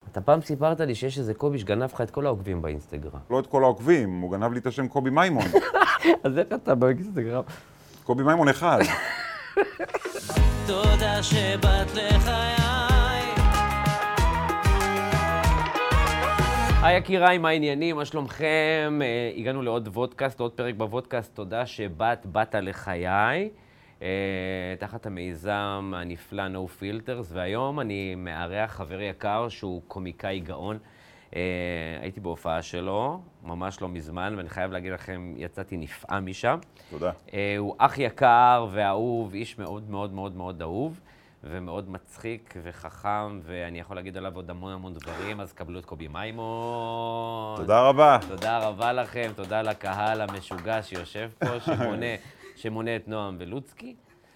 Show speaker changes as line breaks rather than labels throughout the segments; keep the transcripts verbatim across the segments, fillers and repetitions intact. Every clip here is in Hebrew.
אתה פעם סיפרת לי שיש איזה קובי שגנב לך את כל העוקבים באינסטגרם.
לא את כל העוקבים, הוא גנב לי את השם קובי מימון.
אז איך אתה באינסטגרם?
קובי מימון אחד.
תודה שבאת לחיי. היי יקיריי, מה העניינים? מה שלומכם? הגענו לעוד וודקאסט, עוד פרק בוודקאסט. תודה שבאת, באת לחיי. תחת המיזם הנפלא No Filters, והיום אני מארח חבר יקר שהוא קומיקאי גאון. הייתי בהופעה שלו, ממש לא מזמן, ואני חייב להגיד לכם, יצאתי נפעם משם.
תודה.
הוא אח יקר ואהוב, איש מאוד מאוד מאוד מאוד אהוב, ומאוד מצחיק וחכם, ואני יכול להגיד עליו עוד המון המון דברים, אז קבלו את קובי מימון.
תודה רבה.
תודה רבה לכם, תודה לקהל המשוגע שיושב פה, שמונה, שמונה את נועם ולוצקי.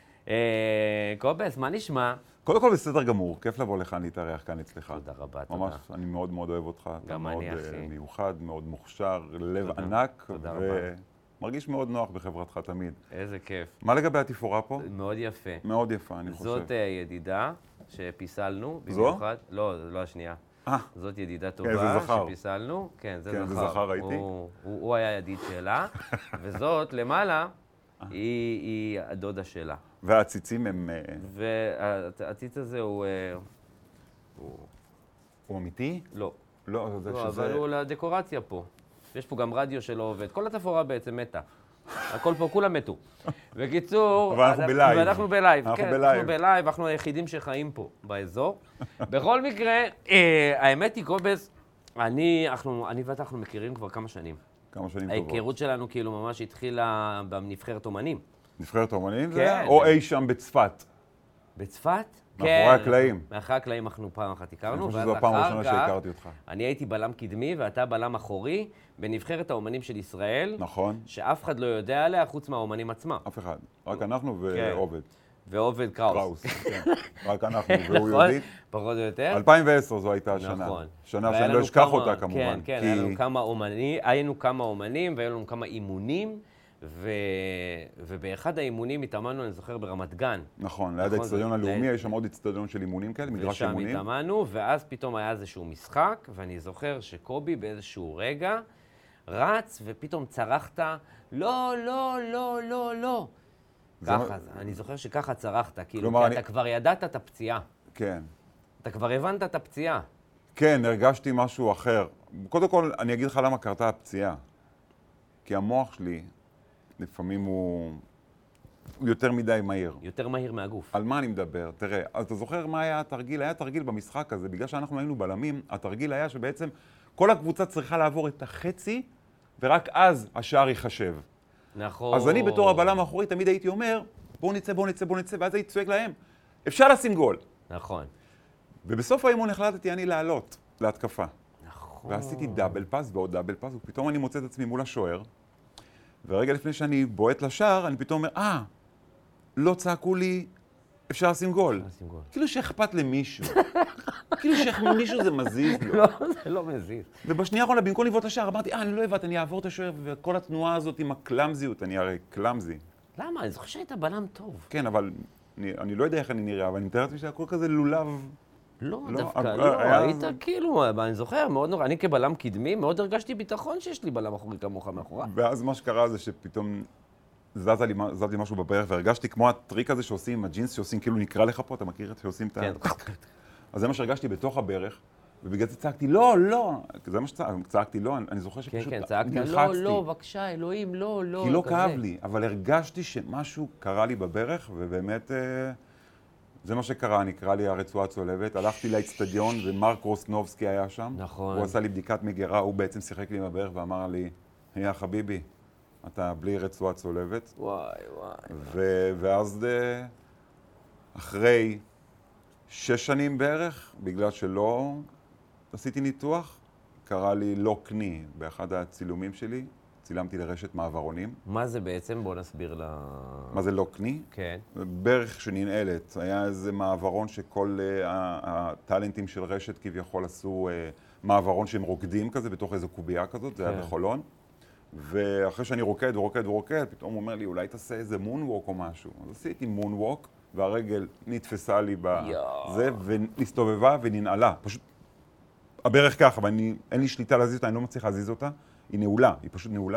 אה, קובס, מה נשמע?
קודם כל בסדר גמור, כיף לבוא לכאן להתארח כאן אצלך.
תודה רבה, תודה.
ממש, אני מאוד מאוד אוהב אותך.
גם אני, אחי.
מאוד מיוחד, מאוד מוכשר, לב
תודה.
ענק.
תודה רבה.
ומרגיש מאוד נוח בחברתך תמיד.
איזה כיף.
מה לגבי התפאורה פה?
מאוד יפה.
מאוד יפה, אני חושב.
זאת ידידה שפיסלנו.
זו?
במיוחד. לא, זו לא השנייה.
אה.
זאת ידידה
זה
טובה
זכר.
שפיסלנו. כן, זה
כן,
זכר.
זה זכר, ראיתי.
הוא, הוא, הוא היה ידיד שלה, וזאת למעלה היא, היא הדודה שלה.
והציצים הם...
והציץ הזה הוא... הוא...
הוא אמיתי?
לא.
לא, זה
לא,
שזה...
אבל הוא לדקורציה פה. יש פה גם רדיו שלא עובד. כל התפאורה בעצם מתה. הכל פה, כולם מתו. בקיצור...
אבל אנחנו בלייב.
ואנחנו בלייב,
אנחנו
כן.
בלייב.
אנחנו בלייב, אנחנו היחידים שחיים פה, באזור. בכל מקרה, אה, האמת היא, קובס, אני, אנחנו, אני ואתה, אנחנו מכירים כבר כמה שנים.
כמה שנים טובות.
ההיכרות שלנו כאילו ממש התחילה בנבחרת אומנים.
נבחרת אומנים זה?
כן.
או אי שם בצפת.
בצפת?
מאחורי הקלעים.
מאחורי הקלעים אנחנו פעם אחת הכרנו,
אני חושב שזו הפעם הראשונה שהכרתי אותך.
אני הייתי בלם קדמי ואתה בלם אחורי בנבחרת האומנים של ישראל.
נכון.
שאף אחד לא יודע עליה חוץ מהאומנים עצמם.
אף אחד. רק אנחנו ועובד.
ועובד קראוס.
קראוס, כן. רק אנחנו והוא
נכון,
יהודי.
פחות או יותר.
אלפיים ועשר זו הייתה השנה.
נכון.
שנה
והיה
שאני לא
לנו
אשכח
כמה-
אותה כמובן.
כן, כן,
כי-
היה לנו כמה אומנים, היינו כמה אומנים והיו לנו כמה אימונים, ו... ובאחד האימונים התאמנו, אני זוכר, ברמת גן.
נכון, ליד
נכון,
האצטדיון
זה-
הלאומי,
זה-
יש שם עוד אצטדיון של אימונים כאלה, מגרש
ושם
אימונים.
התאמנו, ואז פתאום היה איזשהו משחק, ואני זוכר שקובי באיזשהו רגע רץ, ופתאום צרחת, לא, לא, לא, לא, לא.
זה-
ככה, אני זוכר שככה צרחת, כאילו,
כלומר,
כי
אני-
אתה כבר ידעת את הפציעה.
כן.
אתה כבר הבנת את הפציעה.
כן, הרגשתי משהו אחר. קודם כל, אני אגיד לך למה קרתה הפציעה. כי המוח שלי, לפעמים הוא, הוא יותר מדי מהיר.
יותר מהיר מהגוף.
על מה אני מדבר? תראה, אז אתה זוכר מה היה התרגיל? היה תרגיל במשחק הזה, בגלל שאנחנו היינו בלמים, התרגיל היה שבעצם כל הקבוצה צריכה לעבור את החצי, ורק אז השער ייחשב.
נכון.
אז אני בתור הבלם האחורי תמיד הייתי אומר, בואו נצא, בואו נצא, בואו נצא, ואז הייתי צועק להם, אפשר לשים גול.
נכון.
ובסוף האימון החלטתי אני לעלות, להתקפה.
נכון.
ועשיתי דאבל פאס ועוד דאבל פאס, ופתאום אני מוצא את עצמי מול השוער, ורגע לפני שאני בועט לשער, אני פתאום אומר, אה, לא צעקו לי, אפשר לשים גול.
אפשר לשים גול.
כאילו שאכפת למישהו. כאילו שמישהו זה מזיז לו.
לא, זה לא מזיז.
ובשנייה האחרונה, במקום לבעוט לשער, אמרתי, אה, אני לא הבאת, אני אעבור את השוער, וכל התנועה הזאת עם הקלאמזיות, אני הרי קלאמזי.
למה? אני זוכר שהיית בלם טוב.
כן, אבל אני, אני לא יודע איך אני נראה, אבל אני מתאר לעצמי שהכל כזה לולב.
לא,
לא,
דווקא
אבל-
לא.
היה-
היית כאילו, אני זוכר, מאוד נורא. אני כבלם קדמי, מאוד הרגשתי ביטחון שיש לי בלם אחורי כמוך מאחורי.
ואז מה שקרה זה שפתאום זז לי, זז לי משהו בברך, והרגשתי כמו הטריק הזה שעושים עם הג'ינס, שעושים כאילו נקרא לך פה, אתה מכיר את שעושים את ה...
כן.
אז זה מה שהרגשתי בתוך הברך, ובגלל זה צעקתי, לא, לא. זה מה שצעקתי, לא, אני זוכר
כן,
שפשוט
כן, צעקת,
נלחצתי.
לא, לא, בבקשה, אלוהים, לא, לא.
כי לא
כזה.
כאב לי, אבל הרגשתי שמשהו קרה לי בברך, ובאמת אה, זה מה שקרה, נקרא לי הרצועה צולבת. הלכתי לאצטדיון ומרק רוסנובסקי היה שם.
נכון.
הוא עשה לי בדיקת מגירה, הוא בעצם שיחק לי עם הברך ואמר לי, יא חביבי, אתה בלי רצועה צולבת.
וואי, וואי.
ו- ואז אה, אחרי שש שנים בערך, בגלל שלא עשיתי ניתוח, קרה לי לא קני באחד הצילומים שלי. צילמתי לרשת מעברונים.
מה זה בעצם? בוא נסביר ל...
מה זה לא קני?
כן.
ברך שננעלת. היה איזה מעברון שכל uh, הטלנטים של רשת כביכול עשו uh, מעברון שהם רוקדים כזה בתוך איזו קובייה כזאת, זה
כן.
היה בחולון. ואחרי שאני רוקד ורוקד ורוקד, פתאום הוא אומר לי, אולי תעשה איזה מונווק או משהו. אז עשיתי מונווק, והרגל נתפסה לי בזה, והסתובבה וננעלה. פשוט הברך ככה, ואין לי שליטה להזיז אותה, אני לא מצליח להזיז אותה, היא נעולה, היא פשוט נעולה,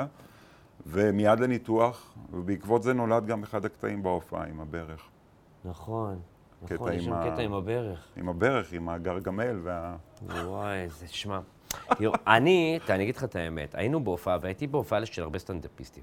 ומיד לניתוח, ובעקבות זה נולד גם אחד הקטעים בהופעה עם הברך.
נכון, נכון, יש שם קטע עם הברך.
עם הברך, עם הגרגמל וה...
וואי, זה שמע. תראו, אני, אני אגיד לך את האמת, היינו בהופעה, והייתי בהופעה של הרבה סטנדאפיסטים.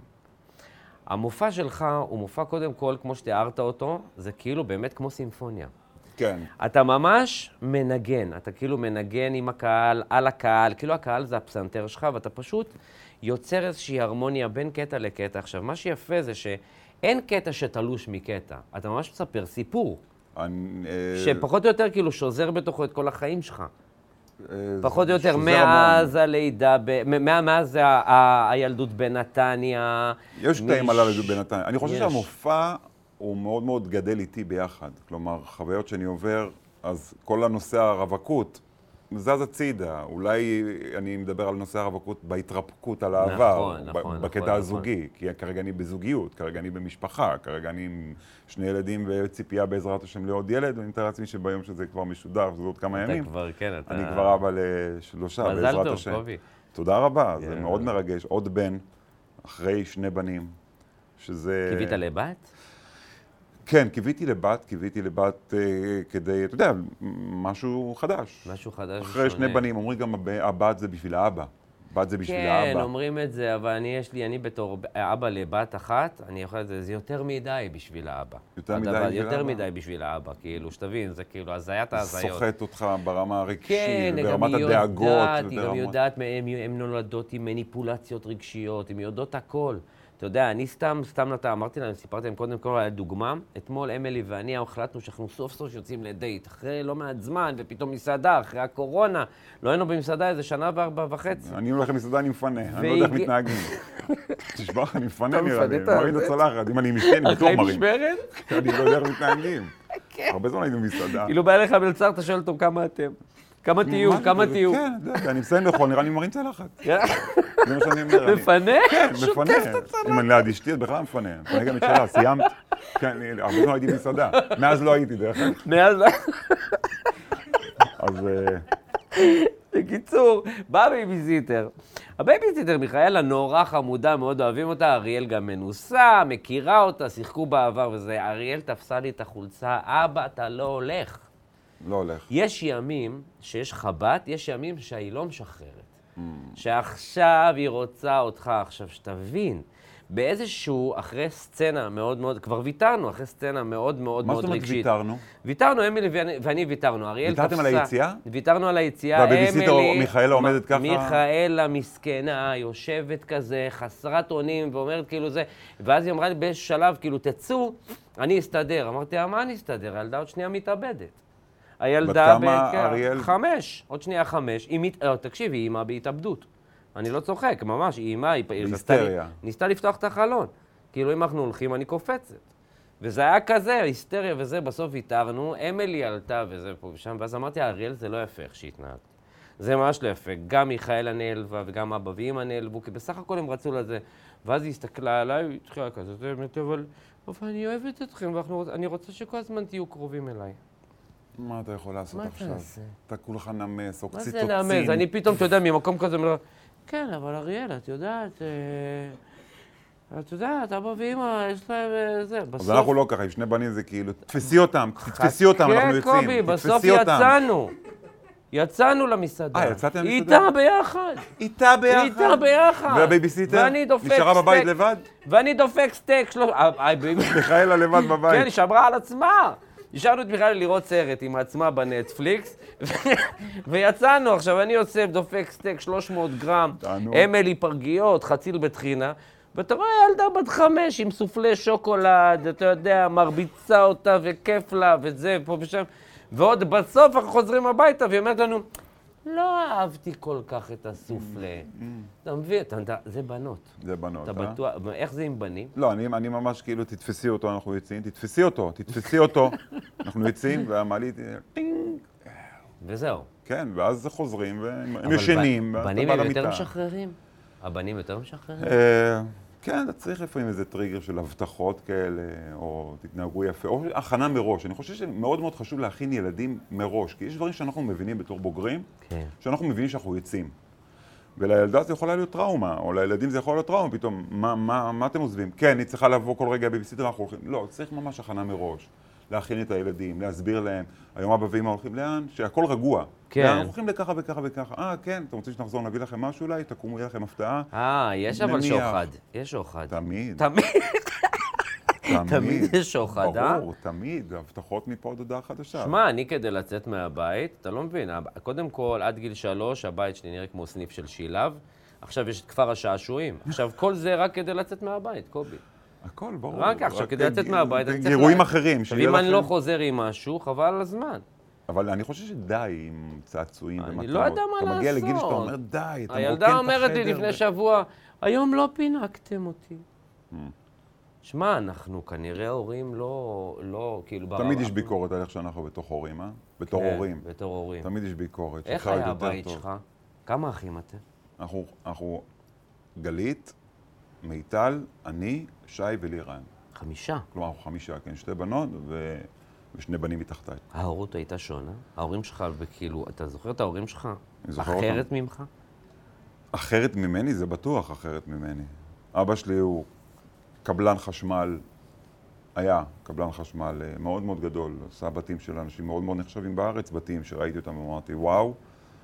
המופע שלך הוא מופע קודם כל, כמו שתיארת אותו, זה כאילו באמת כמו סימפוניה.
כן.
אתה ממש מנגן, אתה כאילו מנגן עם הקהל, על הקהל, כאילו הקהל זה הפסנתר שלך, ואתה פשוט יוצר איזושהי הרמוניה בין קטע לקטע. עכשיו, מה שיפה זה שאין קטע שתלוש מקטע, אתה ממש מספר סיפור,
אני,
שפחות או יותר כאילו שוזר בתוכו את כל החיים שלך.
אה,
פחות או יותר,
שוזר
מאז
המון.
הלידה, ב- מ- מאז ה- ה- הילדות בנתניה.
יש קטעים
מש-
על הילדות בנתניה. אני חושב
יש.
שהמופע הוא מאוד מאוד גדל איתי ביחד. כלומר, חוויות שאני עובר, אז כל הנושא הרווקות זז הצידה. אולי אני מדבר על נושא הרווקות בהתרפקות על העבר,
נכון,
ב-
נכון,
בקטע
נכון,
הזוגי, כי כרגע אני בזוגיות, כרגע אני במשפחה, כרגע אני עם שני ילדים וציפייה בעזרת השם לעוד ילד, ואני מתאר לעצמי שביום שזה כבר משודר, שזה עוד כמה
אתה
ימים,
כבר, כן, אתה...
אני כבר אבא לשלושה, בעזרת
מזל
השם.
טוב, קובי.
תודה רבה, זה
כן.
מאוד מרגש. עוד בן, אחרי שני בנים, שזה...
קיווית לבת?
כן, קיוויתי לבת, קיוויתי לבת אה, כדי, אתה יודע, משהו חדש.
משהו חדש
אחרי שני בנים, אומרים גם הב- הבת זה בשביל האבא. בת זה בשביל
כן,
האבא.
אומרים את זה, אבל אני יש לי, אני בתור אבא לבת אחת, אני יכול את זה, זה יותר מדי בשביל האבא.
יותר מדי
הדבר-
בשביל
יותר
האבא?
מדי בשביל האבא, כאילו, שתבין, זה כאילו הזיית ההזיות.
סוחט אותך ברמה הרגשית,
כן, גם
ברמת
היא
הדאגות.
יודעת, היא גם
וברמת-
יודעת, הן נולדות עם מניפולציות רגשיות, הן יודעות הכל. אתה יודע, אני סתם, סתם נתה, אמרתי להם, סיפרתי להם קודם כל על דוגמה, אתמול אמילי ואני החלטנו שאנחנו סוף סוף יוצאים לדייט, אחרי לא מעט זמן, ופתאום מסעדה, אחרי הקורונה, לא היינו במסעדה איזה שנה וארבע וחצי.
אני הולך למסעדה, אני מפנה, אני לא
והיא-
יודע איך מתנהגים. תשמע, אני מפנה
אתה
נראה לי,
מפנה את
מרים את
הזה?
הצלחת, אם אני עם אשתי, אני בטוח
אחרי
מרים.
משמרת?
אני לא יודע איך מתנהגים. הרבה זמן היינו במסעדה.
כאילו בא לך מלצר, אתה שואל אותו כמה אתם. כמה תהיו,
מה
כמה
זה?
תהיו.
כן, אתה יודע, אני מסיים לאכול, נראה לי מרים צלחת. זה מה שאני אומר. אני-
מפנה?
כן, מפנה. אם אני ליד אשתי, אז בכלל מפנה. מפנה גם את שלה, סיימת? כן, אני- הרבה זמן הייתי במסעדה. מאז לא הייתי, דרך אגב.
מאז...
אז אה,
בקיצור, בא בייביסיטר. הבייביסיטר מיכאלה נורא חמודה, מאוד אוהבים אותה, אריאל גם מנוסה, מכירה אותה, שיחקו בעבר וזה. אריאל תפסה לי את החולצה, אבא, אתה לא הולך.
לא הולך.
יש ימים שיש חבת, יש ימים שהיא לא משחררת. שעכשיו היא רוצה אותך. עכשיו, שתבין, באיזשהו, אחרי סצנה מאוד מאוד, כבר ויתרנו, אחרי סצנה מאוד מאוד
מה
מאוד
זאת אומרת
רגשית.
ויתרנו?
ויתרנו, אמילי ואני, ואני ויתרנו. אריאל תפסה...
ויתרתם על היציאה?
ויתרנו על היציאה,
והבייביסיטר מיכאלה עומדת ככה?
מיכאלה מסכנה, יושבת כזה, חסרת אונים, ואומרת כאילו זה, ואז היא אמרה לי באיזשהו שלב, כאילו, תצאו, אני אסתדר. אמרתי לה, מה אני אסתדר? הילדה עוד שנייה מתאבדת. הילדה...
בת כמה,
ב-
אריאל?
חמש, עוד שנייה חמש. היא מת... אה, תקשיב, היא אימה בהתאבדות. אני לא צוחק, ממש, היא אימה, היא... היא רצתה-
בהיסטריה.
ניסתה לפתוח את החלון. כאילו, אם אנחנו הולכים, אני קופצת. וזה היה כזה, היסטריה וזה, בסוף ויתרנו, אמילי עלתה וזה פה ושם, ואז אמרתי, אריאל, זה לא יפה איך שהתנהגת. זה ממש לא יפה. גם מיכאלה נעלבה וגם אבא ואמא נעלבו, כי בסך הכל הם רצו לזה. ואז היא הסתכלה עליי, היא התחילה כזה, זה באמת, אבל... אבל אני אוהבת אתכם, ואני רוצה שכל הזמן תהיו קרובים אליי.
מה אתה יכול לעשות
מה
עכשיו?
תעשה?
אתה כולך נמס,
מה
אוקסיטוצין.
זה נאמץ? אני פתאום, אתה יודע, ממקום כזה, אומר, כן, אבל אריאל, את יודעת, אה, את יודעת, אבא ואמא, יש להם אה, זה.
אז
בסוף...
אנחנו לא ככה, עם שני בנים זה כאילו, תתפסי אותם, תתפסי אותם, אנחנו
כן,
יוצאים.
קובי, בסוף
תתפסי אותם.
יצאנו. יצאנו למסעדה.
אה, יצאתם למסעדה?
איתה ביחד.
איתה ביחד?
איתה ביחד.
והבייביסיטר?
ואני דופק
נשארה בבית
סטייק.
לבד?
ואני דופק סטייק שלוש... אה, אה, ב-
מיכאלה לבד
כן,
בבית.
היא שמרה על עצמה. נשארנו את מיכאלה לראות סרט עם עצמה בנטפליקס, ו- ויצאנו. עכשיו, אני עושה דופק סטייק שלוש מאות גרם,
תענוג.
אמילי פרגיות, חציל בטחינה, ואתה רואה ילדה בת חמש עם סופלי שוקולד, אתה יודע, מרביצה אותה וכיף לה וזה, פה ושם. ועוד בסוף אנחנו חוזרים הביתה, והיא אומרת לנו, לא אהבתי כל כך את הסופלה. אתה מבין? אתה יודע, זה בנות.
זה בנות,
אתה
אה?
בטוח, איך זה עם בנים?
לא, אני, אני ממש כאילו, תתפסי אותו, אנחנו יוצאים, תתפסי אותו, תתפסי אותו, אנחנו יוצאים, והמעלית, טינג,
וזהו.
כן, ואז חוזרים, והם
אבל
ישנים,
ב-
ואז
בנים
אתה בא
הם יותר
למיטה.
משחררים? הבנים יותר משחררים?
אה, כן, אתה צריך לפעמים איזה טריגר של הבטחות כאלה, או תתנהגו יפה, או הכנה מראש. אני חושב שמאוד מאוד חשוב להכין ילדים מראש, כי יש דברים שאנחנו מבינים בתור בוגרים,
כן.
שאנחנו מבינים שאנחנו יוצאים. ולילדה זה יכולה להיות טראומה, או לילדים זה יכול להיות טראומה, פתאום, מה, מה, מה אתם עוזבים? כן, היא צריכה לבוא כל רגע בביסיטר, אנחנו הולכים. לא, צריך ממש הכנה מראש. להכין את הילדים, להסביר להם, היום אבא ואמא הולכים לאן? שהכל רגוע.
כן.
אנחנו הולכים לככה וככה וככה. אה, כן, אתם רוצים שנחזור, נביא לכם משהו אולי? תקומו, יהיה לכם הפתעה?
אה, יש אבל שוחד. יש שוחד.
תמיד.
תמיד.
תמיד.
תמיד יש שוחד, אה?
ברור, תמיד. הבטחות מפה עד הודעה חדשה.
שמע, אני כדי לצאת מהבית, אתה לא מבין, קודם כל, עד גיל שלוש, הבית שלי נראה כמו סניף של שילב. עכשיו יש את כפר השעשועים. עכשיו, כל זה רק כדי לצאת מהבית, קובי.
הכל, ברור.
רק עכשיו, כדי לצאת מהבית, אני צריך...
גירויים אחרים,
עכשיו,
שיהיה
אם אני
לכם.
לא חוזר עם משהו, חבל על הזמן.
אבל אני חושב שדי עם צעצועים ומתנות.
אני לא יודע מה לעשות.
אתה מגיע לגיל שאתה אומר, די, אתה מרוקן את החדר.
הילדה אומרת לי לפני שבוע, היום לא פינקתם אותי. שמע, אנחנו כנראה הורים לא, לא, כאילו...
תמיד יש ביקורת על איך שאנחנו בתוך הורים, אה? בתור הורים.
בתור הורים.
תמיד יש ביקורת.
איך היה הבית שלך? כמה אחים אתם?
אנחנו, אנחנו גלית, מיטל, אני, שי ולירן.
חמישה.
כלומר, אנחנו חמישה, כן, שתי בנות ו... ושני בנים מתחתיי.
ההורות הייתה שונה? ההורים שלך, וכאילו, אתה זוכר את ההורים שלך?
זוכר
אחרת
אותם.
ממך?
אחרת ממני? זה בטוח אחרת ממני. אבא שלי הוא קבלן חשמל, היה קבלן חשמל מאוד מאוד גדול, עשה בתים של אנשים מאוד מאוד נחשבים בארץ, בתים שראיתי אותם ואמרתי, וואו.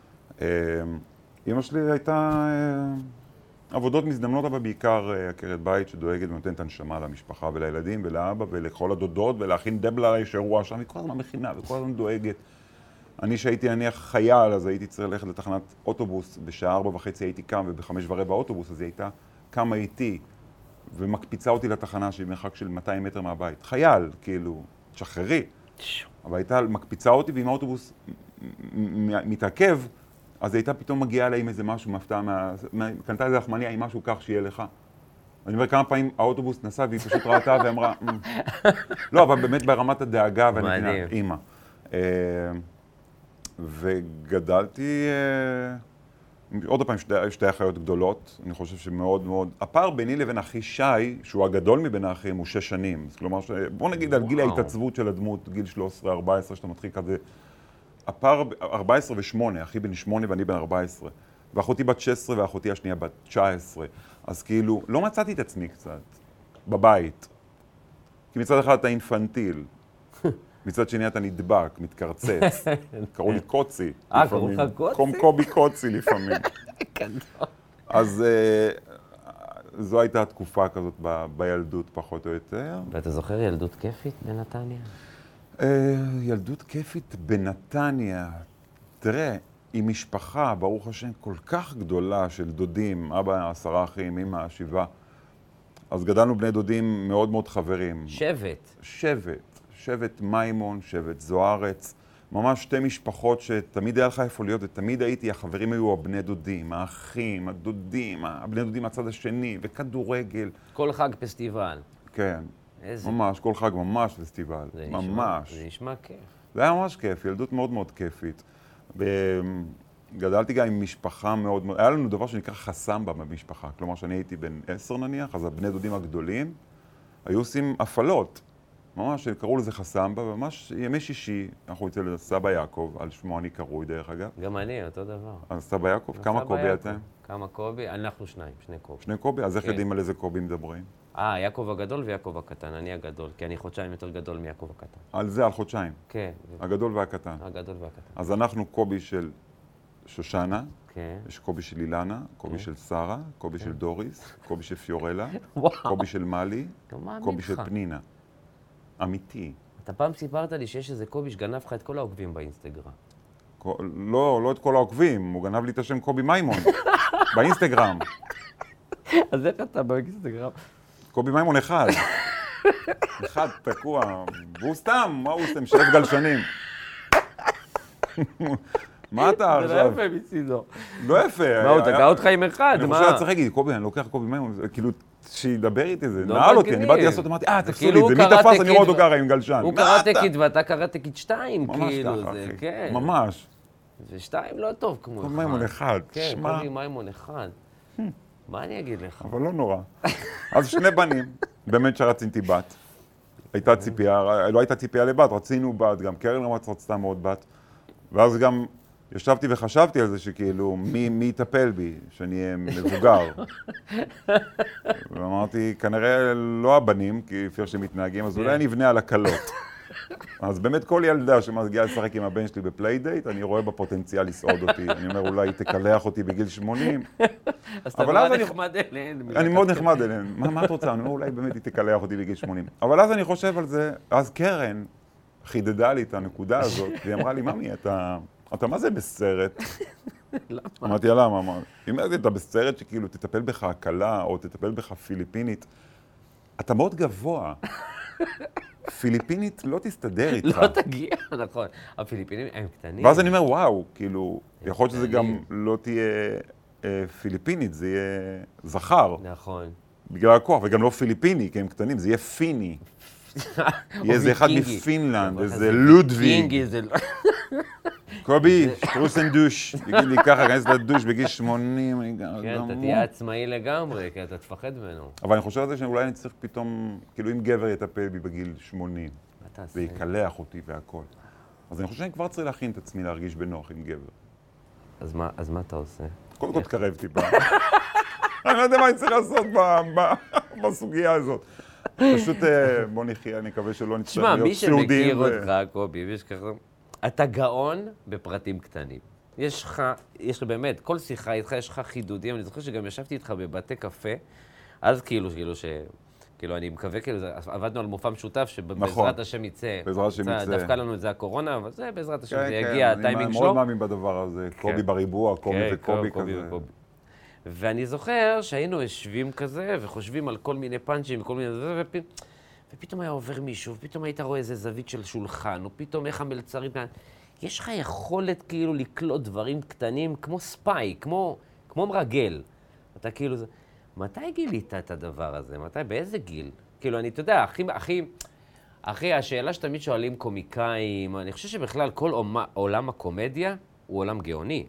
אמא שלי הייתה עבודות מזדמנות, אבל בעיקר עקרת בית שדואגת ונותנת הנשמה למשפחה ולילדים ולאבא ולכל הדודות, ולהכין דבלה לאירוע שם, היא כל הזמן מכינה וכל הזמן דואגת. אני שהייתי נניח חייל, אז הייתי צריך ללכת לתחנת אוטובוס, בשעה ארבע וחצי הייתי קם ובחמש ורבע אוטובוס, אז היא הייתה קמה איתי ומקפיצה אותי לתחנה שהיא מרחק של מאתיים מטר מהבית. חייל, כאילו, שחררי. אבל הייתה מקפיצה אותי, ואם האוטובוס מתעכב, אז הייתה פתאום מגיעה לה עם איזה משהו מפתעה, מה... קנתה איזה לחמניה עם משהו כך שיהיה לך. אני אומר, כמה פעמים האוטובוס נסע והיא פשוט ראתה ואמרה, לא, אבל באמת ברמת הדאגה והנתינה, אימא. וגדלתי, עוד פעם, שתי, שתי אחיות גדולות, אני חושב שמאוד מאוד, הפער ביני לבין אחי שי, שהוא הגדול מבין האחים, הוא שש שנים. כלומר, ש... בוא נגיד על גיל ההתעצבות של הדמות, גיל שלוש עשרה ארבע עשרה, שאתה מתחיל כזה, הפער ארבע עשרה ושמונה, אחי בן שמונה ואני בן ארבע עשרה, ואחותי בת שש עשרה ואחותי השנייה בת תשע עשרה, אז כאילו, לא מצאתי את עצמי קצת, בבית. כי מצד אחד אתה אינפנטיל, מצד שני אתה נדבק, מתקרצץ. קראו לי קוצי.
אה, קראו לך קוצי?
קום קובי קוצי לפעמים. אז זו הייתה התקופה כזאת בילדות פחות או יותר.
ואתה זוכר ילדות כיפית בנתניה?
ילדות כיפית בנתניה. תראה, עם משפחה, ברוך השם, כל כך גדולה של דודים, אבא עשרה אחים, אמא שבעה. אז גדלנו בני דודים מאוד מאוד חברים.
שבט.
שבט. שבט מימון, שבט זוארץ, ממש שתי משפחות שתמיד היה לך איפה להיות, ותמיד הייתי, החברים היו הבני דודים, האחים, הדודים, הבני דודים מהצד השני, וכדורגל.
כל חג פסטיבל.
כן,
איזה...
ממש, כל חג ממש פסטיבל,
זה
ממש.
נשמע, זה נשמע כיף.
זה היה ממש כיף, ילדות מאוד מאוד כיפית. גדלתי גם עם משפחה מאוד מאוד, היה לנו דבר שנקרא חסמבה במשפחה, כלומר שאני הייתי בן עשר נניח, אז הבני דודים הגדולים היו עושים הפעלות. ממש, קראו לזה חסמבה, וממש ימי שישי, אנחנו אצל סבא יעקב, על שמו אני קרוי דרך אגב.
גם אני, אותו דבר.
אז סבא יעקב, כמה קובי אתם?
כמה קובי? אנחנו שניים, שני קובי.
שני קובי? אז איך יודעים על איזה קובי מדברים?
אה, יעקב הגדול ויעקב הקטן, אני הגדול, כי אני חודשיים יותר גדול מיעקב הקטן.
על זה, על חודשיים?
כן.
הגדול והקטן.
הגדול והקטן.
אז אנחנו קובי של שושנה,
כן.
יש קובי של אילנה, קובי של שרה, קובי של דוריס, קובי של פיורלה,
וואו.
קובי של מלי,
לא מאמין
קובי
לך.
של פנינה. אמיתי.
אתה פעם סיפרת לי שיש איזה קובי שגנב לך את כל העוקבים באינסטגרם.
לא, לא את כל העוקבים, הוא גנב לי את השם קובי מימון, באינסטגרם.
אז איך אתה באינסטגרם?
קובי מימון אחד. אחד תקוע, והוא סתם, מה הוא עושה? משלב גלשנים. מה אתה עכשיו?
זה לא יפה מצידו.
לא יפה.
מה, הוא תקע אותך עם אחד,
אני
מה?
חושב שצריך להגיד, קובי, אני לוקח קובי מימון, כאילו, שידבר איתי זה,
לא
נעל אותי,
מגניב.
אני באתי לעשות, אמרתי, אה, תפסו לי
כאילו
את זה,
הוא
מי
קרא
תפס, אני רואה אותו
תקית
גרה עם גלשן.
הוא
מה
קרא
אתה?
תקית ואתה קרא תקית שתיים,
ממש
כאילו,
ככה,
זה,
אחי.
כן.
ממש.
ושתיים לא טוב כמו אחד.
קובי מימון אחד,
כן,
שמע.
קובי מימון אחד. מה אני אגיד לך?
אבל לא נורא. אז שני בנים, באמת שרציתי בת. הייתה ציפייה, לא הייתה ציפייה לבת, רצינו בת, גם קרן רמץ רצתה מאוד בת. ואז גם ישבתי וחשבתי על זה שכאילו, מי, מי יטפל בי, שאני אהיה מבוגר. ואמרתי, כנראה לא הבנים, כי לפי שהם מתנהגים, אז אולי אני אבנה על הקלות. אז באמת כל ילדה שמגיעה לשחק עם הבן שלי בפליידייט, אני רואה בפוטנציאל לסעוד אותי. אני אומר, אולי היא תקלח אותי בגיל שמונים.
אז אתה מאוד נחמד אליהן.
אני מאוד נחמד אליהן. מה את רוצה? אני אומר, אולי באמת היא תקלח אותי בגיל שמונים. אבל אז אני חושב על זה, אז קרן חידדה לי את הנקודה הזאת, והיא אמרה לי, ממי, אתה... אתה מה זה בסרט?
למה?
אמרתי לה, למה? אמרתי, אם אתה בסרט שכאילו תטפל בך הקלה, או תטפל בך פיליפינית, אתה מאוד גבוה. פיליפינית לא תסתדר איתך.
לא תגיע, נכון. הפיליפינים הם קטנים.
ואז אני אומר, וואו, כאילו, יכול להיות שזה גם לא תהיה פיליפינית, זה יהיה זכר.
נכון.
בגלל הכוח, וגם לא פיליפיני, כי הם קטנים, זה יהיה פיני. יהיה איזה אחד מפינלנד, איזה לודוויג. קובי, טרוסן דוש. תגיד לי ככה, כנס לדוש בגיל שמונים.
כן, אתה תהיה עצמאי לגמרי, כי אתה תפחד ממנו.
אבל אני חושב על זה שאולי אני צריך פתאום, כאילו אם גבר יטפל בי בגיל שמונים, ויקלח אותי והכל. אז אני חושב שאני כבר צריך להכין את עצמי להרגיש בנוח עם גבר.
אז מה אתה עושה?
קודם כל תקרב טיפה. אני לא יודע מה אני צריך לעשות בסוגיה הזאת. פשוט בוא נחיה, אני מקווה שלא נצטרך להיות סיעודים.
תשמע, מי שמכיר אותך, קובי, ויש ככה... אתה גאון בפרטים קטנים. יש לך, יש לך באמת, כל שיחה איתך, יש לך חידודים. אני זוכר שגם ישבתי איתך בבתי קפה, אז כאילו, כאילו ש... כאילו, אני מקווה, כאילו, עבדנו על מופע משותף, שבעזרת השם יצא.
בעזרת השם יצא.
דווקא לנו את זה הקורונה, אבל זה בעזרת השם, זה יגיע, הטיימינג שלו.
אני מאוד מאמין בדבר הזה, קובי בריבוע, קובי וקובי כזה.
ואני זוכר שהיינו יושבים כזה, וחושבים על כל מיני פאנצ'ים וכל מיני... ופתאום היה עובר מישהו, ופתאום היית רואה איזה זווית של שולחן, או פתאום איך המלצרים... יש לך יכולת כאילו לקלוט דברים קטנים כמו ספיי, כמו, כמו מרגל. אתה כאילו... מתי גילית את הדבר הזה? מתי? באיזה גיל? כאילו, אני, אתה יודע, הכי... הכי... אחי, השאלה שתמיד שואלים קומיקאים, אני חושב שבכלל כל עולם, עולם הקומדיה הוא עולם גאוני.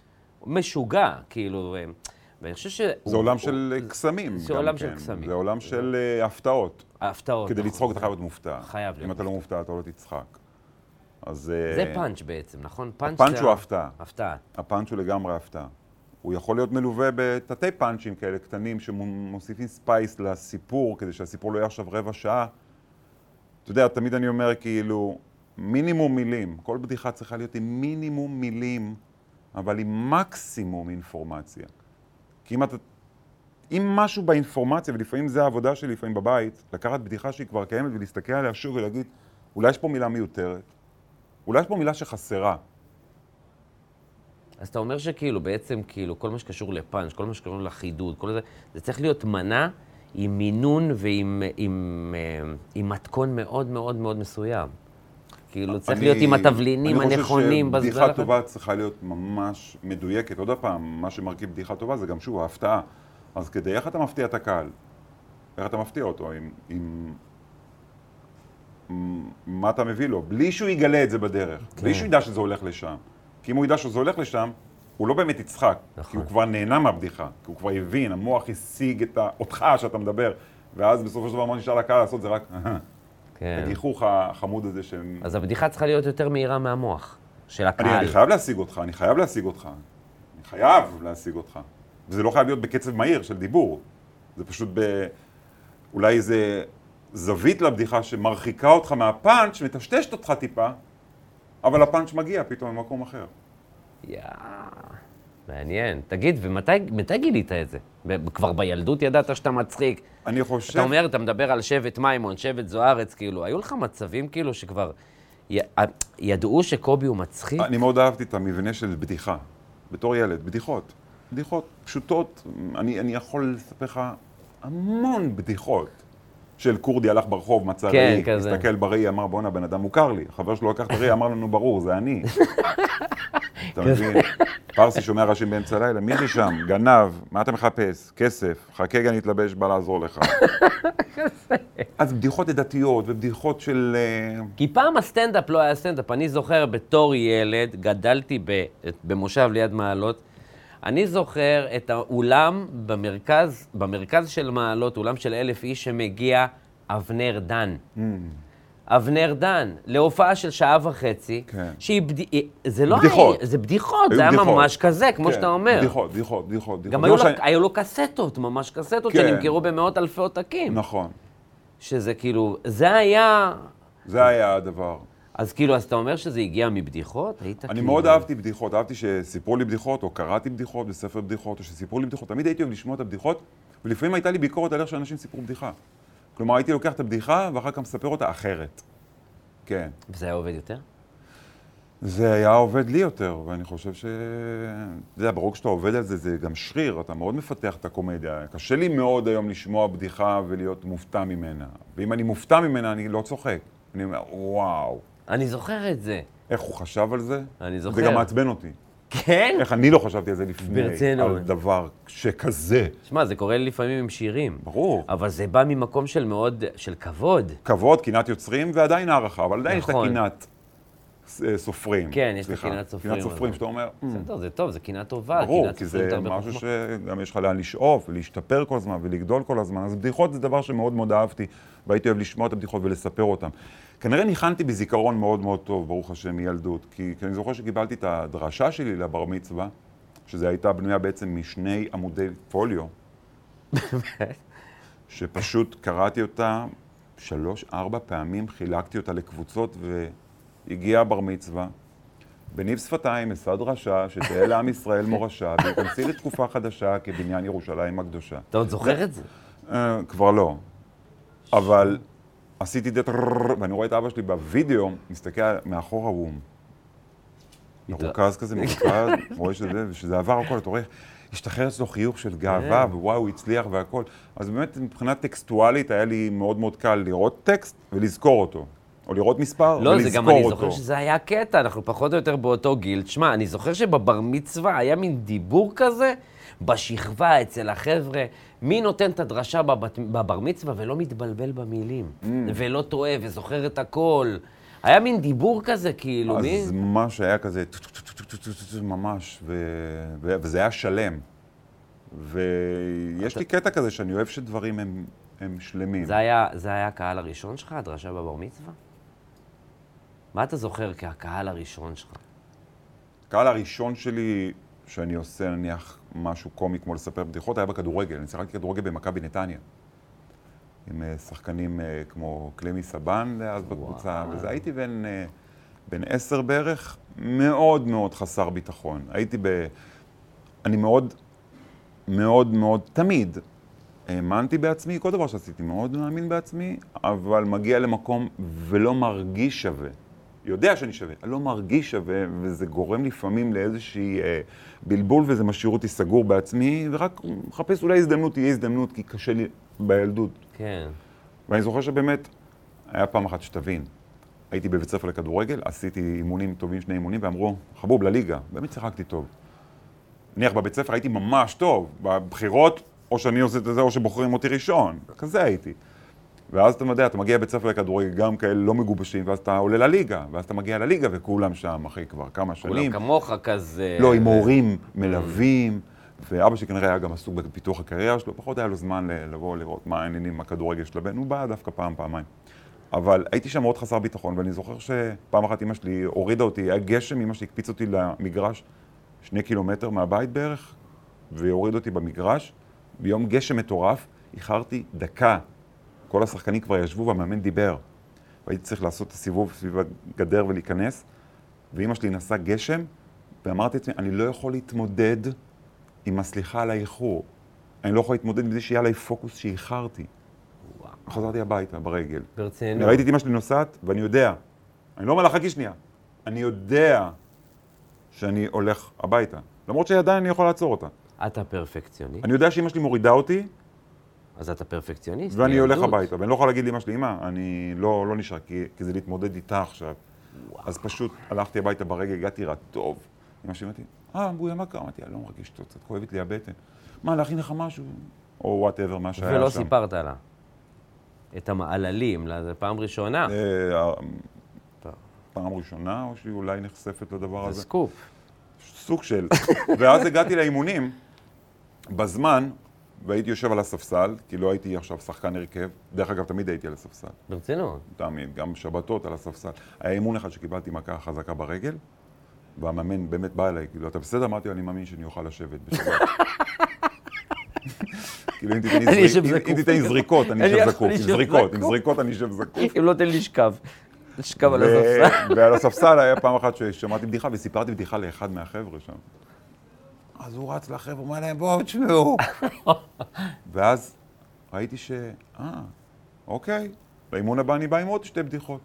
משוגע, כאילו... ואני חושב ש...
זה עולם של קסמים.
זה עולם של קסמים.
זה עולם של הפתעות.
ההפתעות.
כדי לצחוק אתה חייב להיות מופתע.
חייב להיות.
אם אתה לא מופתע, אתה לא תצחק. אז...
זה פאנץ' בעצם, נכון?
הפאנץ' הוא הפתעה.
הפתעה.
הפאנץ' הוא לגמרי הפתעה. הוא יכול להיות מלווה בתתי פאנצ'ים כאלה קטנים שמוסיפים ספייס לסיפור, כדי שהסיפור לא יהיה עכשיו רבע שעה. אתה יודע, תמיד אני אומר כאילו, מינימום מילים. כל בדיחה צריכה להיות עם מינימום מילים, אבל עם מקסימום אינפורמציה. כי אם אתה... אם משהו באינפורמציה, ולפעמים זה העבודה שלי, לפעמים בבית, לקחת בדיחה שהיא כבר קיימת ולהסתכל עליה שוב ולהגיד, אולי יש פה מילה מיותרת, אולי יש פה מילה שחסרה.
אז אתה אומר שכאילו, בעצם כאילו, כל מה שקשור לפאנץ', כל מה שקשור לחידוד, כל זה, זה צריך להיות מנה עם מינון ועם עם, עם מתכון מאוד מאוד מאוד מסוים. כאילו, צריך אני, להיות עם התבלינים הנכונים.
אני חושב שבדיחה טובה צריכה להיות ממש מדויקת. עוד הפעם, מה שמרכיב בדיחה טובה זה גם שוב, ההפתעה. אז כדי, איך אתה מפתיע את הקהל? איך אתה מפתיע אותו? עם, עם... מה אתה מביא לו? בלי שהוא יגלה את זה בדרך. כן. בלי שהוא ידע שזה הולך לשם. כי אם הוא ידע שזה הולך לשם, הוא לא באמת יצחק. נכון. כי הוא כבר נהנה מהבדיחה. כי הוא כבר הבין, המוח השיג את אותך שאתה מדבר. ואז בסופו של דבר מה נשאר לקהל לעשות זה רק... כן. הגיחוך החמוד הזה שהם...
אז הבדיחה צריכה להיות יותר מהירה מהמוח של הקהל.
אני, אני חייב להשיג אותך, אני חייב להשיג אותך. אני חייב להשיג אותך. וזה לא חייב להיות בקצב מהיר של דיבור. זה פשוט ב... אולי איזה זווית לבדיחה שמרחיקה אותך מהפאנץ', מטשטשת אותך טיפה, אבל הפאנץ' מגיע פתאום ממקום אחר.
יא... מעניין. תגיד, ומתי גילית את זה? כבר בילדות ידעת שאתה מצחיק?
אני חושב...
אתה אומר, אתה מדבר על שבט מימון, שבט זוארץ, כאילו, היו לך מצבים כאילו שכבר י... ידעו שקובי הוא מצחיק?
אני מאוד אהבתי את המבנה של בדיחה, בתור ילד, בדיחות. בדיחות פשוטות, אני, אני יכול לספר לך המון בדיחות. של קורדי הלך ברחוב, מצא
כן,
ראי,
כזה.
הסתכל בראי, אמר בואנה, בן אדם מוכר לי. החבר שלו לקח את הראי, אמר לנו ברור, זה אני. אתה מבין? פרסי שומע ראשים באמצע לילה, מי זה שם? גנב, מה אתה מחפש? כסף, חכה גן יתלבש, בא לעזור לך. אז בדיחות עדתיות ובדיחות של...
כי פעם הסטנדאפ לא היה סטנדאפ. אני זוכר בתור ילד, גדלתי במושב ליד מעלות, אני זוכר את האולם במרכז, במרכז של מעלות, אולם של אלף איש שמגיע אבנר דן.
Mm.
אבנר דן, להופעה של שעה וחצי,
כן.
שהיא בד... זה לא
בדיחות.
היה, זה בדיחות, זה
בדיחות.
היה ממש כזה, כמו
כן,
שאתה אומר.
בדיחות, בדיחות, בדיחות.
גם היו, שאני... היו לו קסטות, ממש קסטות,
כן.
שנמכרו במאות אלפי עותקים.
נכון.
שזה כאילו, זה היה...
זה היה הדבר.
אז כאילו, אז אתה אומר שזה הגיע מבדיחות? היית
אני
כאילו...
מאוד אהבתי בדיחות, אהבתי שסיפרו לי בדיחות, או קראתי בדיחות בספר בדיחות, או שסיפרו לי בדיחות. תמיד הייתי אוהב לשמוע את הבדיחות, ולפעמים הייתה לי ביקורת על איך שאנשים סיפרו בדיחה. כלומר, הייתי לוקח את הבדיחה, ואחר כך מספר אותה אחרת. כן.
וזה היה עובד יותר?
זה היה עובד לי יותר, ואני חושב ש... זה, ברור שאתה עובד על זה, זה גם שריר, אתה מאוד מפתח את הקומדיה. קשה לי מאוד היום לשמוע בדיחה ולהיות מופתע ממנה. ואם אני מופתע ממנה, אני לא צוחק. אני אומר, וואו.
אני זוכר את זה.
איך הוא חשב על זה?
אני זוכר.
זה גם מעצבן אותי.
כן?
איך אני לא חשבתי על זה לפני,
ברצינות.
על דבר שכזה.
שמע, זה קורה לי לפעמים עם שירים.
ברור.
אבל זה בא ממקום של מאוד, של כבוד.
כבוד, קנאת יוצרים, ועדיין הערכה, אבל עדיין
נכון.
יש את הקנאת סופרים.
כן, יש את
סליחה,
הקנאת סופרים.
קנאת סופרים, שאתה אומר...
בסדר, זה טוב, זה קנאה טובה.
ברור,
קנאת
כי
סופרים
זה
אתה הרבה
משהו
חוכמה.
שגם יש לך לאן לשאוף, ולהשתפר כל הזמן, ולגדול כל הזמן. אז בדיחות זה דבר שמאוד מאוד אהבתי, והייתי אוהב לשמוע את הבדיחות ולספר אותן. כנראה ניחנתי בזיכרון מאוד מאוד טוב, ברוך השם, מילדות, כי, כי אני זוכר שקיבלתי את הדרשה שלי לבר מצווה, שזה הייתה בנויה בעצם משני עמודי פוליו, שפשוט קראתי אותה שלוש, ארבע פעמים, חילקתי אותה לקבוצות, והגיע הבר מצווה. בניב שפתיים, אשא דרשה, שתהיה לעם ישראל מורשה, ויכנסי לתקופה חדשה כבניין ירושלים הקדושה.
אתה עוד זוכר את זה?
אה, כבר לא. אבל עשיתי את זה, ואני רואה את אבא שלי בווידאו, מסתכל מאחור האום. מרוכז כזה, מרוכז, רואה שזה, ושזה עבר הכל, אתה רואה, השתחרר אצלו חיוך של גאווה, ווואו, הוא הצליח והכל. אז באמת, מבחינה טקסטואלית, היה לי מאוד מאוד קל לראות טקסט ולזכור אותו. או לראות מספר ולזכור אותו.
לא, זה גם אני זוכר שזה היה קטע, אנחנו פחות או יותר באותו גיל. תשמע, אני זוכר שבבר מצווה היה מין דיבור כזה, בשכבה, אצל החבר'ה, מי נותן את הדרשה בבת, בבר מצווה ולא מתבלבל במילים, mm. ולא טועה וזוכר את הכל. היה מין דיבור כזה, כאילו,
אז
מי?
אז ממש היה כזה, ממש, ו... ו... וזה היה שלם. ויש לי קטע כזה שאני אוהב שדברים הם, הם שלמים.
זה היה, זה היה הקהל הראשון שלך, הדרשה בבר מצווה? מה אתה זוכר כהקהל הראשון שלך?
הקהל הראשון שלי, שאני עושה נניח משהו קומי כמו לספר בדיחות, היה בכדורגל. אני שיחקתי כדורגל במכבי נתניה. עם שחקנים כמו קלמי סבן אז בקבוצה, וזה הייתי בן, בן עשר בערך, מאוד מאוד חסר ביטחון. הייתי ב... אני מאוד, מאוד מאוד, תמיד האמנתי בעצמי, כל דבר שעשיתי מאוד מאמין בעצמי, אבל מגיע למקום ולא מרגיש שווה. יודע שאני שווה, אני לא מרגיש שווה, וזה גורם לפעמים לאיזושהי אה, בלבול, וזה משאיר אותי סגור בעצמי, ורק מחפש אולי הזדמנות, תהיה הזדמנות, כי קשה לי בילדות.
כן.
ואני זוכר שבאמת, היה פעם אחת שתבין, הייתי בבית ספר לכדורגל, עשיתי אימונים טובים, שני אימונים, ואמרו, חבוב, לליגה, באמת שיחקתי טוב. נניח בבית ספר הייתי ממש טוב, בבחירות, או שאני עושה את זה, או שבוחרים אותי ראשון, כזה הייתי. ואז אתה יודע, אתה מגיע בית ספר לכדורגל, גם כאלה לא מגובשים, ואז אתה עולה לליגה, ואז אתה מגיע לליגה, וכולם שם, אחרי כבר כמה שנים.
כולם כמוך כזה...
לא, עם הורים מלווים, ואבא שלי כנראה היה גם עסוק בפיתוח הקריירה שלו, פחות היה לו זמן לבוא לראות מה העניינים, הכדורגל של הבן, הוא בא דווקא פעם, פעמיים. אבל הייתי שם מאוד חסר ביטחון, ואני זוכר שפעם אחת אמא שלי הורידה אותי, היה גשם, אמא שלי הקפיץ אותי למגרש, שני קילומטר מהבית בערך, והוריד אותי במגרש. ביום גשם מטורף, איחרתי דקה. כל השחקנים כבר ישבו והמאמן דיבר. והייתי צריך לעשות את הסיבוב סביב הגדר ולהיכנס, ואמא שלי נסעה גשם, ואמרתי לעצמי, אני לא יכול להתמודד עם הסליחה על האיחור. אני לא יכול להתמודד עם זה שיהיה עליי פוקוס שאיחרתי. חזרתי הביתה ברגל.
ברצינות.
אני ראיתי את אמא שלי נוסעת, ואני יודע, אני לא אומר לה חכי שנייה, אני יודע שאני הולך הביתה. למרות שעדיין אני יכול לעצור אותה.
אתה פרפקציוניסט.
אני יודע שאמא שלי מורידה אותי,
אז אתה פרפקציוניסט.
ואני הולך
ילדות.
הביתה, ואני לא יכול להגיד לאמא שלי, אמא, אני לא, לא נשאר, כי, כי זה להתמודד איתה עכשיו. וואו. אז פשוט הלכתי הביתה ברגל, הגעתי רטוב. אמא שלי אמרתי, אה, בויה, מה קרה? אמרתי, אני לא מרגיש טוב, קצת כואבת לי הבטן. מה, להכין לך משהו? או וואטאבר, מה שהיה
ולא
שם.
סיפרת לה. את המעללים, זה פעם ראשונה.
אה, פעם ראשונה, או שהיא אולי נחשפת לדבר הזה?
זה סקופ.
סוג של. ואז הגעתי לאימונים, בזמן, והייתי יושב על הספסל, כי לא הייתי עכשיו שחקן הרכב. דרך אגב, תמיד הייתי על הספסל.
ברצינות.
תמיד, גם שבתות על הספסל. היה אימון אחד שקיבלתי מכה חזקה ברגל, והמאמן באמת בא אליי, כאילו, אתה בסדר? אמרתי, אני מאמין שאני אוכל לשבת בשבת. כאילו, אם תיתן לי זריקות, אני אשב זקוף. עם זריקות, עם זריקות אני אשב זקוף.
אם לא תן לי לשכב. לשכב על הספסל.
ועל הספסל היה פעם אחת ששמעתי בדיחה, וסיפרתי בדיחה לאחד מהחבר'ה שם. אז הוא רץ לחבר'ה, הוא אומר להם, בואו, תשמעו. ואז ראיתי ש... אה, אוקיי, באימון הבא אני בא עם עוד שתי בדיחות.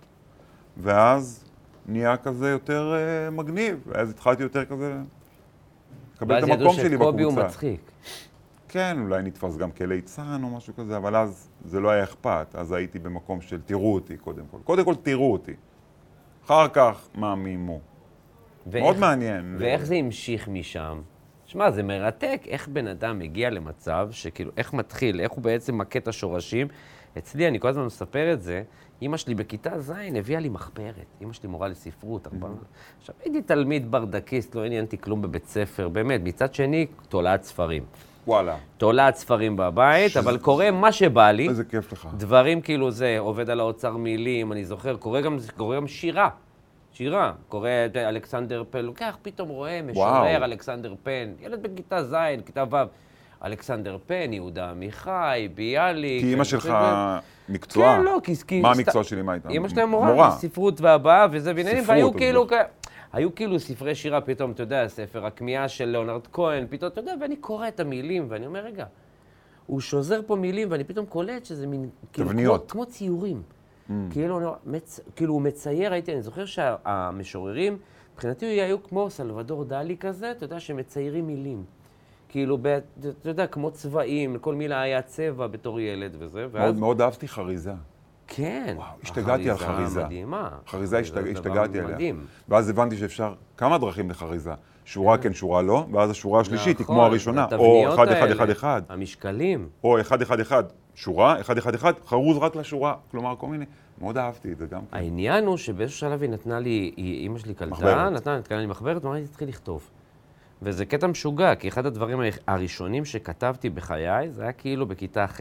ואז נהיה כזה יותר uh, מגניב, ואז התחלתי יותר כזה... לקבל את המקום שלי בקבוצה. ואז ידעו שקובי הוא מצחיק. כן, אולי נתפס גם כליצן או משהו כזה, אבל אז זה לא היה אכפת. אז הייתי במקום של תראו אותי קודם כל. קודם כל תראו אותי. אחר כך מאמימו. ואיך, מאוד מעניין.
ואיך ו... זה המשיך משם? שמע, זה מרתק איך בן אדם מגיע למצב שכאילו, איך מתחיל, איך הוא בעצם מכה את השורשים. אצלי, אני כל הזמן מספר את זה, אמא שלי בכיתה ז' הביאה לי מחברת. אמא שלי מורה לספרות. Mm-hmm. עכשיו, הייתי תלמיד ברדקיסט, לא עניינתי כלום בבית ספר, באמת. מצד שני, תולעת ספרים.
וואלה.
תולעת ספרים בבית, שזה... אבל קורא מה שבא לי.
איזה כיף לך.
דברים כאילו זה, עובד על האוצר מילים, אני זוכר, קורא גם, קורא גם שירה. שירה, קורא את אלכסנדר פן, לוקח, פתאום רואה, משורר אלכסנדר פן, ילד בכיתה ז', כיתה ו', אלכסנדר פן, יהודה עמיחי, ביאליק.
כי אמא שלך מקצוע?
כן, לא, כי...
מה המקצוע שלי, מה הייתה?
אמא שלהם מורה, ספרות והבאה וזה, ועניינים, והיו כאילו... היו כאילו ספרי שירה פתאום, אתה יודע, ספר הכמיהה של ליאונרד כהן, פתאום, אתה יודע, ואני קורא את המילים, ואני אומר, רגע, הוא שוזר פה מילים, ואני פתאום קולט שזה מין...
תבניות.
כמו ציורים. כאילו, כאילו הוא מצייר, הייתי, אני זוכר שהמשוררים, מבחינתי היו כמו סלבדור דלי כזה, אתה יודע, שמציירים מילים. כאילו, אתה יודע, כמו צבעים, כל מילה היה צבע בתור ילד וזה, ואז...
מאוד אהבתי חריזה.
כן.
וואו, השתגעתי על חריזה.
חריזה מדהימה.
חריזה השתגעתי עליה. מדהים. ואז הבנתי שאפשר כמה דרכים לחריזה. שורה כן, שורה לא, ואז השורה השלישית היא כמו הראשונה. או אחד, אחד, אחד, אחד.
המשקלים.
או אחד, אחד, אחד. שורה, אחד, אחד, אחד, חרוז רק לשורה. כלומר, כל מיני... מאוד אהבתי את זה גם.
העניין הוא שבאיזשהו שלב היא נתנה לי, אמא שלי קלטה, נתנה לי מחברת, ואמרתי, תתחיל לכתוב. וזה קטע משוגע, כי אחד הדברים הראשונים שכתבתי בחיי, זה היה כאילו בכיתה ח'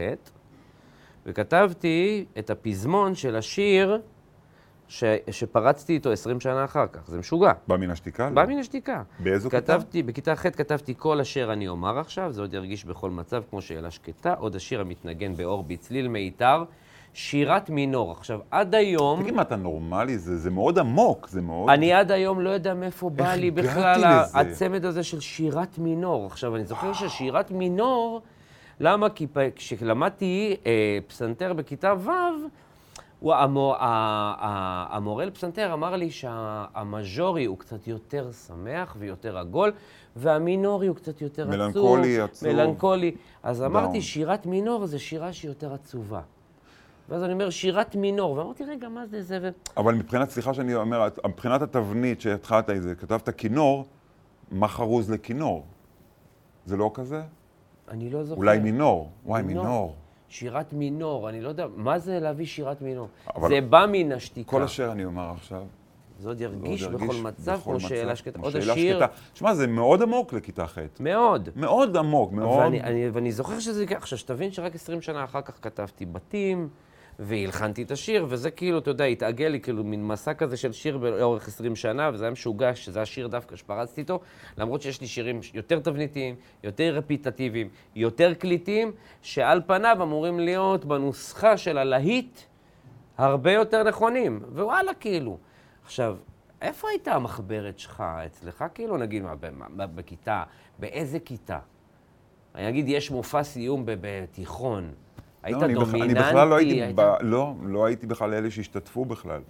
וכתבתי את הפזמון של השיר ש... שפרצתי איתו עשרים שנה אחר כך. זה משוגע.
בא מן השתיקה?
בא מן השתיקה.
באיזו
כתבתי,
כיתה?
בכיתה ח' כתבתי כל אשר אני אומר עכשיו, זה עוד ירגיש בכל מצב כמו שאלה שקטה, עוד השיר המתנגן באור בצליל מיתר, שירת מינור. עכשיו, עד היום...
תגיד מה, אתה נורמלי? זה, זה מאוד עמוק, זה מאוד...
אני עד היום לא יודע מאיפה בא לי בכלל הצמד הזה של שירת מינור. עכשיו, אני זוכר ששירת מינור... למה? כי כשלמדתי אה, פסנתר בכיתה ו', הוא, המור, המורה לפסנתר אמר לי שהמז'ורי הוא קצת יותר שמח ויותר עגול, והמינורי הוא קצת יותר
מלנכולי,
עצוב.
עצוב.
מלנכולי. אז אמרתי,
דאון.
שירת מינור זה שירה שהיא יותר עצובה. ואז אני אומר, שירת מינור, ואמרתי, רגע, מה זה זה? ו...
אבל מבחינת, סליחה שאני אומר, מבחינת התבנית שהתחלת איזה, כתבת כינור, מה חרוז לכינור? זה לא כזה?
אני לא זוכר.
אולי מינור. וואי, מינור. מינור.
שירת מינור, אני לא יודע, מה זה להביא שירת מינור? זה בא מן השתיקה.
כל אשר אני אומר עכשיו.
זה עוד ירגיש בכל מצב, כמו שאלה שקטה.
עוד השיר... תשמע, זה מאוד עמוק לכיתה ח'.
מאוד.
מאוד עמוק, מאוד.
ואני זוכר שזה ככה, עכשיו שתבין שרק עשרים שנה אחר כך כתבתי בתים, והלחנתי את השיר, וזה כאילו, אתה יודע, התעגל לי כאילו מין מסע כזה של שיר באורך עשרים שנה, וזה היה משוגע שזה השיר דווקא שפרצתי איתו, למרות שיש לי שירים יותר תבניתיים, יותר רפיטטיביים, יותר קליטים, שעל פניו אמורים להיות בנוסחה של הלהיט הרבה יותר נכונים, ווואלה כאילו. עכשיו, איפה הייתה המחברת שלך אצלך? כאילו, נגיד, מה, בכיתה, באיזה כיתה? אני אגיד, יש מופע סיום בתיכון. היית
לא,
דומיננטי?
אני בכלל לא הייתי,
היית...
ב... לא, לא הייתי בכלל אלה שהשתתפו בכלל.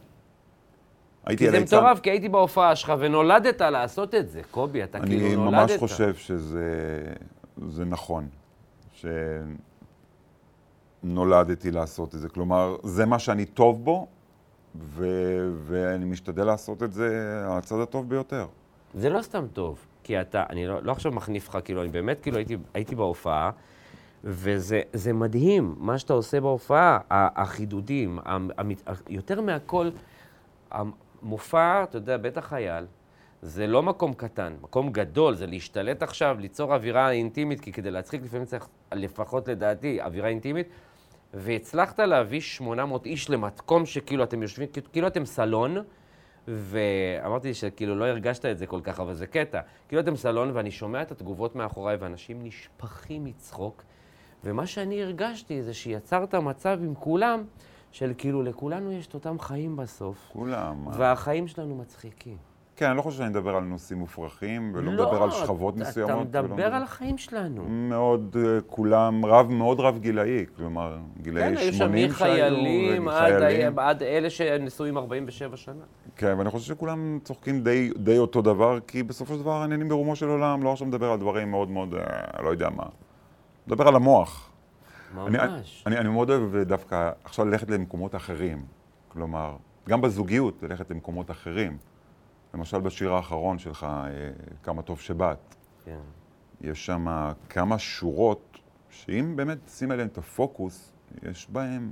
כי זה מטורף, כי הייתי בהופעה שלך ונולדת לעשות את זה. קובי, אתה כאילו נולדת.
אני ממש חושב שזה זה נכון, שנולדתי לעשות את זה. כלומר, זה מה שאני טוב בו, ו... ואני משתדל לעשות את זה הצד הטוב ביותר.
זה לא סתם טוב, כי אתה, אני לא, לא עכשיו מחניף לך, כאילו, אני באמת כאילו הייתי, הייתי בהופעה, וזה זה מדהים, מה שאתה עושה בהופעה, החידודים, המת, יותר מהכל, המופע, אתה יודע, בית החייל, זה לא מקום קטן, מקום גדול, זה להשתלט עכשיו, ליצור אווירה אינטימית, כי כדי להצחיק לפעמים צריך, לפחות לדעתי, אווירה אינטימית, והצלחת להביא שמונה מאות איש למתקום שכאילו אתם יושבים, כאילו אתם סלון, ואמרתי שכאילו לא הרגשת את זה כל כך, אבל זה קטע. כאילו אתם סלון ואני שומע את התגובות מאחוריי ואנשים נשפכים מצחוק, ומה שאני הרגשתי זה שיצרת מצב עם כולם, של כאילו לכולנו יש את אותם חיים בסוף.
כולם.
והחיים שלנו מצחיקים.
כן, אני לא חושב שאני מדבר על נושאים מופרכים, ולא
לא,
מדבר על שכבות
אתה
מסוימות.
אתה מדבר על החיים שלנו.
מאוד, כולם, רב, מאוד רב גילאי, כלומר, גילאי
כן,
שמונים
שהיו. כן, היו שם מחיילים
חיילים.
עד אלה שנשואים ארבעים ושבע שנה.
כן, ואני חושב שכולם צוחקים די, די אותו דבר, כי בסופו של דבר העניינים ברומו של עולם, לא עכשיו מדבר על דברים מאוד מאוד, אה, לא יודע מה. מדבר על המוח.
ממש.
אני, אני, אני מאוד אוהב דווקא עכשיו ללכת למקומות אחרים. כלומר, גם בזוגיות ללכת למקומות אחרים. למשל בשיר האחרון שלך, כמה טוב שבאת.
כן.
יש שם כמה שורות שאם באמת תשים עליהן את הפוקוס, יש בהם,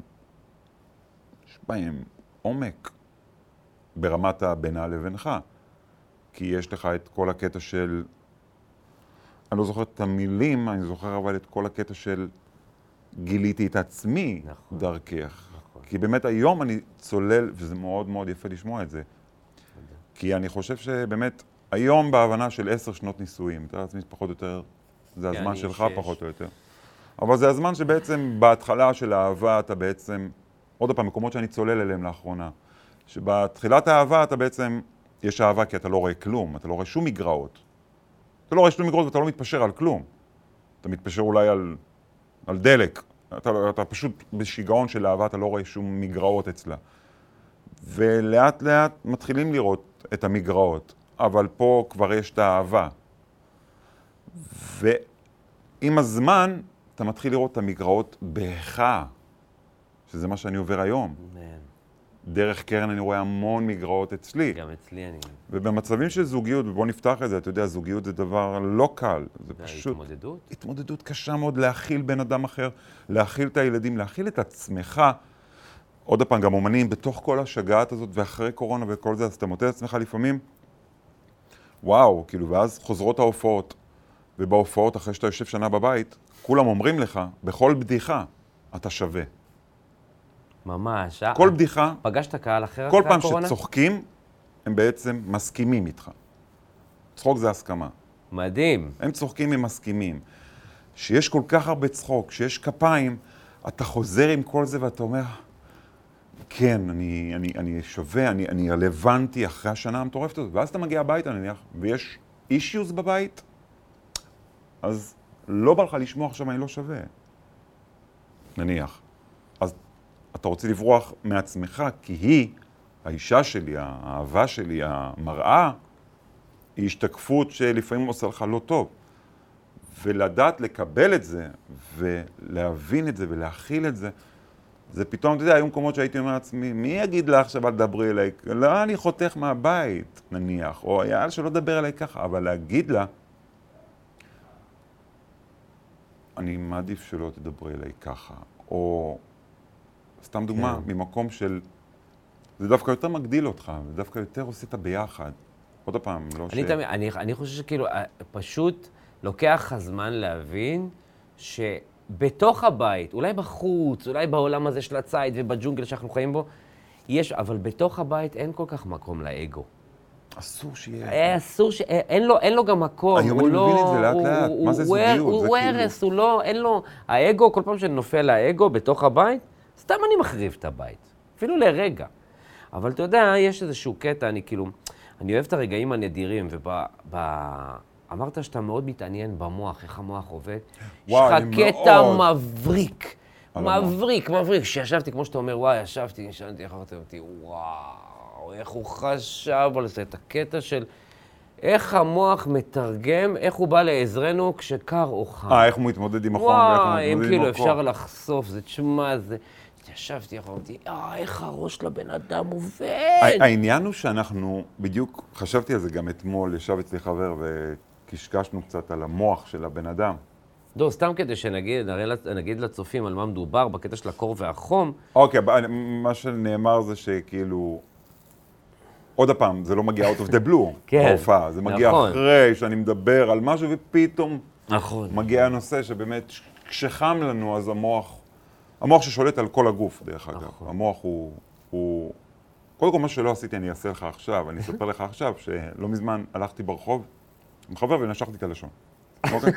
יש בהם עומק ברמת הבינה לבינך. כי יש לך את כל הקטע של, אני לא זוכר את המילים, אני זוכר אבל את כל הקטע של גיליתי את עצמי נכון. דרכך. נכון. כי באמת היום אני צולל, וזה מאוד מאוד יפה לשמוע את זה. כי אני חושב שבאמת, היום בהבנה של עשר שנות נישואים, אתה יודע, פחות או יותר, זה הזמן שלך שש. פחות או יותר. אבל זה הזמן שבעצם בהתחלה של האהבה אתה בעצם, עוד פעם, מקומות שאני צולל אליהם לאחרונה, שבתחילת האהבה אתה בעצם, יש אהבה כי אתה לא רואה כלום, אתה לא רואה שום מגרעות. אתה לא רואה שום מגרעות ואתה לא מתפשר על כלום. אתה מתפשר אולי על, על דלק. אתה, אתה פשוט בשיגעון של אהבה, אתה לא רואה שום מגרעות אצלה. ולאט לאט מתחילים לראות את המגרעות, אבל פה כבר יש את האהבה. ועם הזמן אתה מתחיל לראות את המגרעות בך, שזה מה שאני עובר היום. Man. דרך קרן אני רואה המון מגרעות אצלי.
גם אצלי אני...
ובמצבים של זוגיות, ובוא נפתח את זה, אתה יודע, זוגיות זה דבר לא קל. זה פשוט...
התמודדות?
התמודדות קשה מאוד להכיל בן אדם אחר, להכיל את הילדים, להכיל את עצמך. עוד פעם, גם אומנים, בתוך כל השגעת הזאת, ואחרי קורונה וכל זה, אז אתה מוצא את עצמך לפעמים, וואו, כאילו, ואז חוזרות ההופעות, ובהופעות, אחרי שאתה יושב שנה בבית, כולם אומרים לך, בכל בדיחה, אתה שווה.
ממש.
כל בדיחה,
פגשת קהל אחר
כל
אחרי
פעם
הקורונה?
שצוחקים, הם בעצם מסכימים איתך. צחוק זה הסכמה.
מדהים.
הם צוחקים, הם מסכימים. שיש כל כך הרבה צחוק, שיש כפיים, אתה חוזר עם כל זה ואתה אומר, כן, אני, אני, אני שווה, אני, אני רלוונטי אחרי השנה המטורפת הזאת. ואז אתה מגיע הביתה, נניח, ויש אישיוס בבית, אז לא בא לך לשמוע עכשיו, אני לא שווה. נניח. אז אתה רוצה לברוח מעצמך, כי היא, האישה שלי, האהבה שלי, המראה, היא השתקפות שלפעמים עושה לך לא טוב. ולדעת לקבל את זה, ולהבין את זה, ולהכיל את זה, זה פתאום, אתה יודע, היו מקומות שהייתי אומר לעצמי, מי יגיד לה עכשיו אל דברי אליי? לא, אני חותך מהבית, נניח, או יאללה שלא דבר אליי ככה, אבל להגיד לה, אני מעדיף שלא תדברי אליי ככה, או סתם דוגמה, כן. ממקום של, זה דווקא יותר מגדיל אותך, זה דווקא יותר עושה את הביחד. עוד פעם, לא
אני
ש...
תמיד, אני, אני חושב שכאילו, פשוט לוקח הזמן להבין ש... בתוך הבית, אולי בחוץ, אולי בעולם הזה של הציד ובג'ונגל שאנחנו חיים בו, יש, אבל בתוך הבית אין כל כך מקום לאגו.
אסור שיהיה.
אסור ש... אין לו, אין לו גם מקום.
היום אני מבין את זה לאט לאט. מה זה זוגיות?
הוא הרס, הוא לא, אין לו... האגו, כל פעם שנופל האגו בתוך הבית, סתם אני מחריב את הבית. אפילו לרגע. אבל אתה יודע, יש איזשהו קטע, אני כאילו... אני אוהב את הרגעים הנדירים, וב... אמרת שאתה מאוד מתעניין במוח, איך המוח עובד. יש לך קטע מבריק, מבריק, מבריק. כשישבתי, כמו שאתה אומר, וואי, ישבתי, נשאלתי, אחרת אותי, וואו, איך הוא חשב על זה, את הקטע של איך המוח מתרגם, איך הוא בא לעזרנו כשקר או חם.
אה, איך הוא מתמודד עם החום, ואיך הוא מתמודד עם
הקור. כאילו אפשר לחשוף, זה תשמע, זה... ישבתי, אמרתי, אה, איך הראש לבן אדם עובד.
העניין הוא שאנחנו, בדיוק, חשבתי על זה גם אתמול, ישב אצלי חבר וקשקשנו קצת על המוח של הבן אדם.
לא, סתם כדי שנגיד, נגיד לצופים על מה מדובר, בקטע של הקור והחום.
אוקיי, מה שנאמר זה שכאילו, עוד הפעם, זה לא מגיע out of the blue,
כן,
בהופעה, זה מגיע
נכון.
אחרי שאני מדבר על משהו, ופתאום
נכון.
מגיע הנושא שבאמת, כשחם לנו, אז המוח, המוח ששולט על כל הגוף, דרך אגב.
נכון.
המוח הוא, הוא... קודם כל, מה שלא עשיתי, אני אעשה לך עכשיו, אני אספר לך עכשיו, שלא מזמן הלכתי ברחוב עם חבר ונשכתי את הלשון. אוקיי?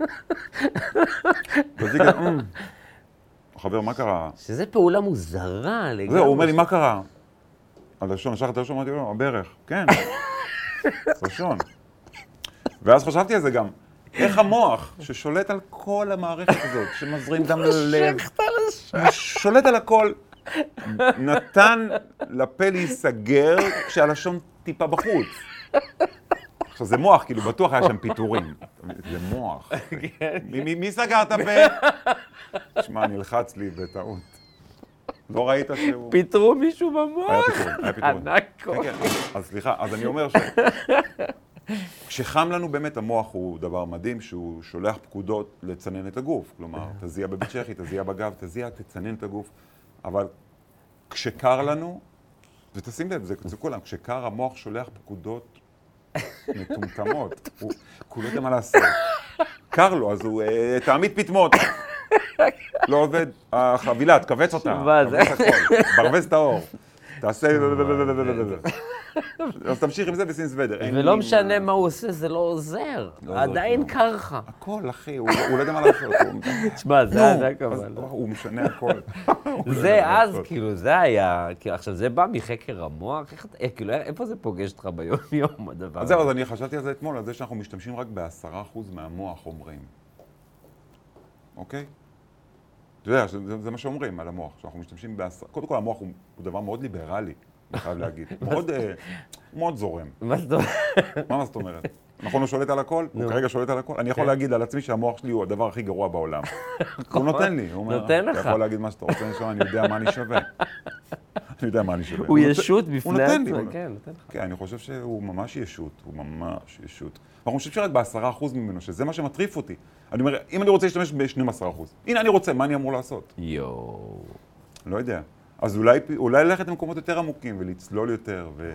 וזה כזה, "אמ, חבר, מה קרה?"
שזה פעולה מוזרה לגמרי.
זהו, הוא אומר לי, מה קרה? הלשון, נשכתי את הלשון, אמרתי לו, הברך. כן, לשון. ואז חשבתי על זה גם, איך המוח ששולט על כל המערכת הזאת, שמזרים דם ללב, שולט על הכל, נתן לפה להיסגר כשהלשון טיפה בחוץ. עכשיו, זה מוח, כאילו, בטוח היה שם פיתורים. זה מוח. מי- מי- מי סגר את הפה? שמע, נלחץ לי בטעות. לא ראית שהוא...
פיתרו מישהו במוח?
היה פיתורים, היה פיתורים.
ענק.
כן, כן. אז סליחה, אז אני אומר ש... כשחם לנו באמת המוח הוא דבר מדהים, שהוא שולח פקודות לצנן את הגוף. כלומר, תזיע בבית צ'כי, תזיע בגב, תזיע, תצנן את הגוף. אבל כשקר לנו, ותשים לב, זה, זה כולם, כשקר המוח שולח פקודות מטומטמות. הוא הוא לא יודע מה לעשות. קר לו, אז הוא אה, תעמיד פטמות. לא עובד. החבילה, תכווץ אותה.
מה זה?
תכווץ הכל. ברווז את האור. תעשה... אז תמשיך עם זה ושים סוודר. אין
ולא
לי
משנה מה הוא עושה, זה לא עוזר.
לא
עדיין
עוזר.
קר לך.
הכל, אחי, הוא הוא לא יודע מה לעשות. הוא-
תשמע, זה
נו,
ענק
אז
אבל.
הוא משנה הכל. הוא לא
זה
יודע מה
אז,
לעשות.
כאילו, זה היה, כאילו, עכשיו, זה בא מחקר המוח, איך אתה, אה, כאילו, איפה זה פוגש אותך ביום-יום, הדבר
אז
הזה?
זהו, אז אני חשבתי על זה אתמול, על זה שאנחנו משתמשים רק בעשרה אחוז מהמוח אומרים. אוקיי? אתה יודע, זה, זה מה שאומרים על המוח, שאנחנו משתמשים בעשרה... קודם כל, המוח הוא, הוא דבר מאוד ליברלי, אני חייב להגיד. מאוד, אה, מאוד זורם.
מה זאת אומרת?
מה מה זאת אומרת? נכון, הוא שולט על הכל? הוא כרגע שולט על הכל? אני יכול
כן.
להגיד על עצמי שהמוח שלי הוא הדבר הכי גרוע בעולם. הוא נותן לי, הוא אומר,
נותן לך.
אתה יכול להגיד מה שאתה רוצה לשמוע, אני יודע מה אני שווה. אני יודע מה אני שווה.
הוא
נותן-
ישות
הוא
בפני
נותן לי,
עצמו,
הוא-
כן, נותן לך.
כן, אני חושב שהוא ממש ישות, הוא ממש ישות. אנחנו חושבים שרק בעשרה אחוז ממנו, שזה מה שמטריף אותי. אני אומר, אם אני רוצה להשתמש ב-שנים עשר אחוז, הנה אני רוצה, מה אני אמור לעשות?
יואו.
לא יודע. אז אולי, אולי ללכת למקומות יותר עמוקים ולצלול יותר, ו...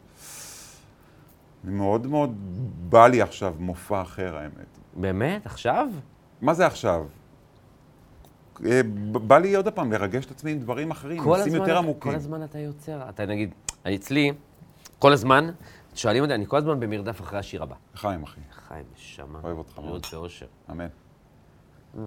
מאוד מאוד בא לי עכשיו מופע אחר, האמת.
באמת? עכשיו?
מה זה עכשיו? אה, ב- בא לי עוד הפעם לרגש את עצמי עם דברים אחרים,
כל
נושאים
הזמן
יותר
אתה-
עמוקים.
כל הזמן אתה יוצר. אתה נגיד, אני אצלי, כל הזמן, שואלים אותי, אני כל הזמן במרדף אחרי השיר הבא.
חיים, אחי.
חיים, נשמה.
אוהב אותך מאוד.
בריאות ואושר.
אמן.
אה,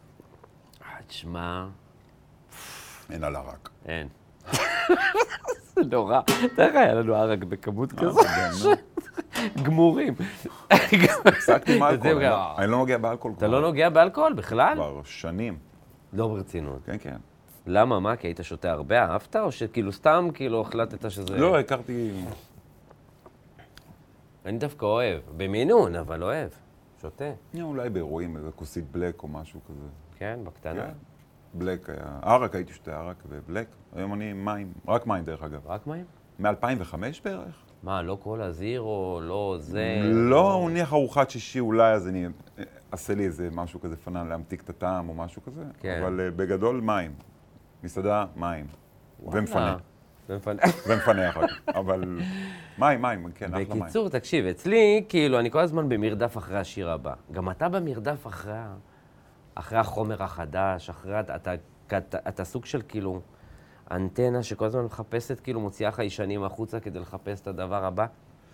תשמע,
אין על הרק.
אין. זה נורא. תראה איך היה לנו ערק בכמות כזאת. גמורים.
הפסקתי עם
זה
אלכוהול,
גם-
אני- אני לא נוגע באלכוהול
אתה
כבר.
לא נוגע באלכוהול בכלל?
כבר שנים.
לא ברצינות.
כן, כן.
למה? מה? כי היית שותה הרבה? אהבת? או שכאילו סתם כאילו החלטת שזה...
לא, הכרתי...
אני דווקא אוהב. במינון, אבל אוהב. שותה.
אולי באירועים, איזה כוסית בלק או משהו כזה.
כן, בקטנה.
כן. בלק היה... ערק, הייתי שותה ערק ובלק. היום אני מים, רק מים דרך אגב.
רק מים?
מ-אלפיים וחמש בערך?
מה, לא כל הזירו, לא זה...
לא, הוא נניח ארוחת שישי אולי, אז אני אעשה לי איזה משהו כזה פנן להמתיק את הטעם או משהו כזה.
כן.
אבל אה, בגדול מים. מסעדה, מים. ומפנה.
וואלה. ומפנה.
ומפנה אחר כך. אבל מים, מים, כן, אחלה מים.
בקיצור, תקשיב, אצלי, כאילו, אני כל הזמן במרדף אחרי השיר הבא. גם אתה במרדף אחרי, ה- אחרי החומר החדש, אחרי... אתה, אתה, אתה, אתה סוג של כאילו אנטנה שכל הזמן מחפשת, כאילו מוציאה חיישנים החוצה כדי לחפש את הדבר הבא.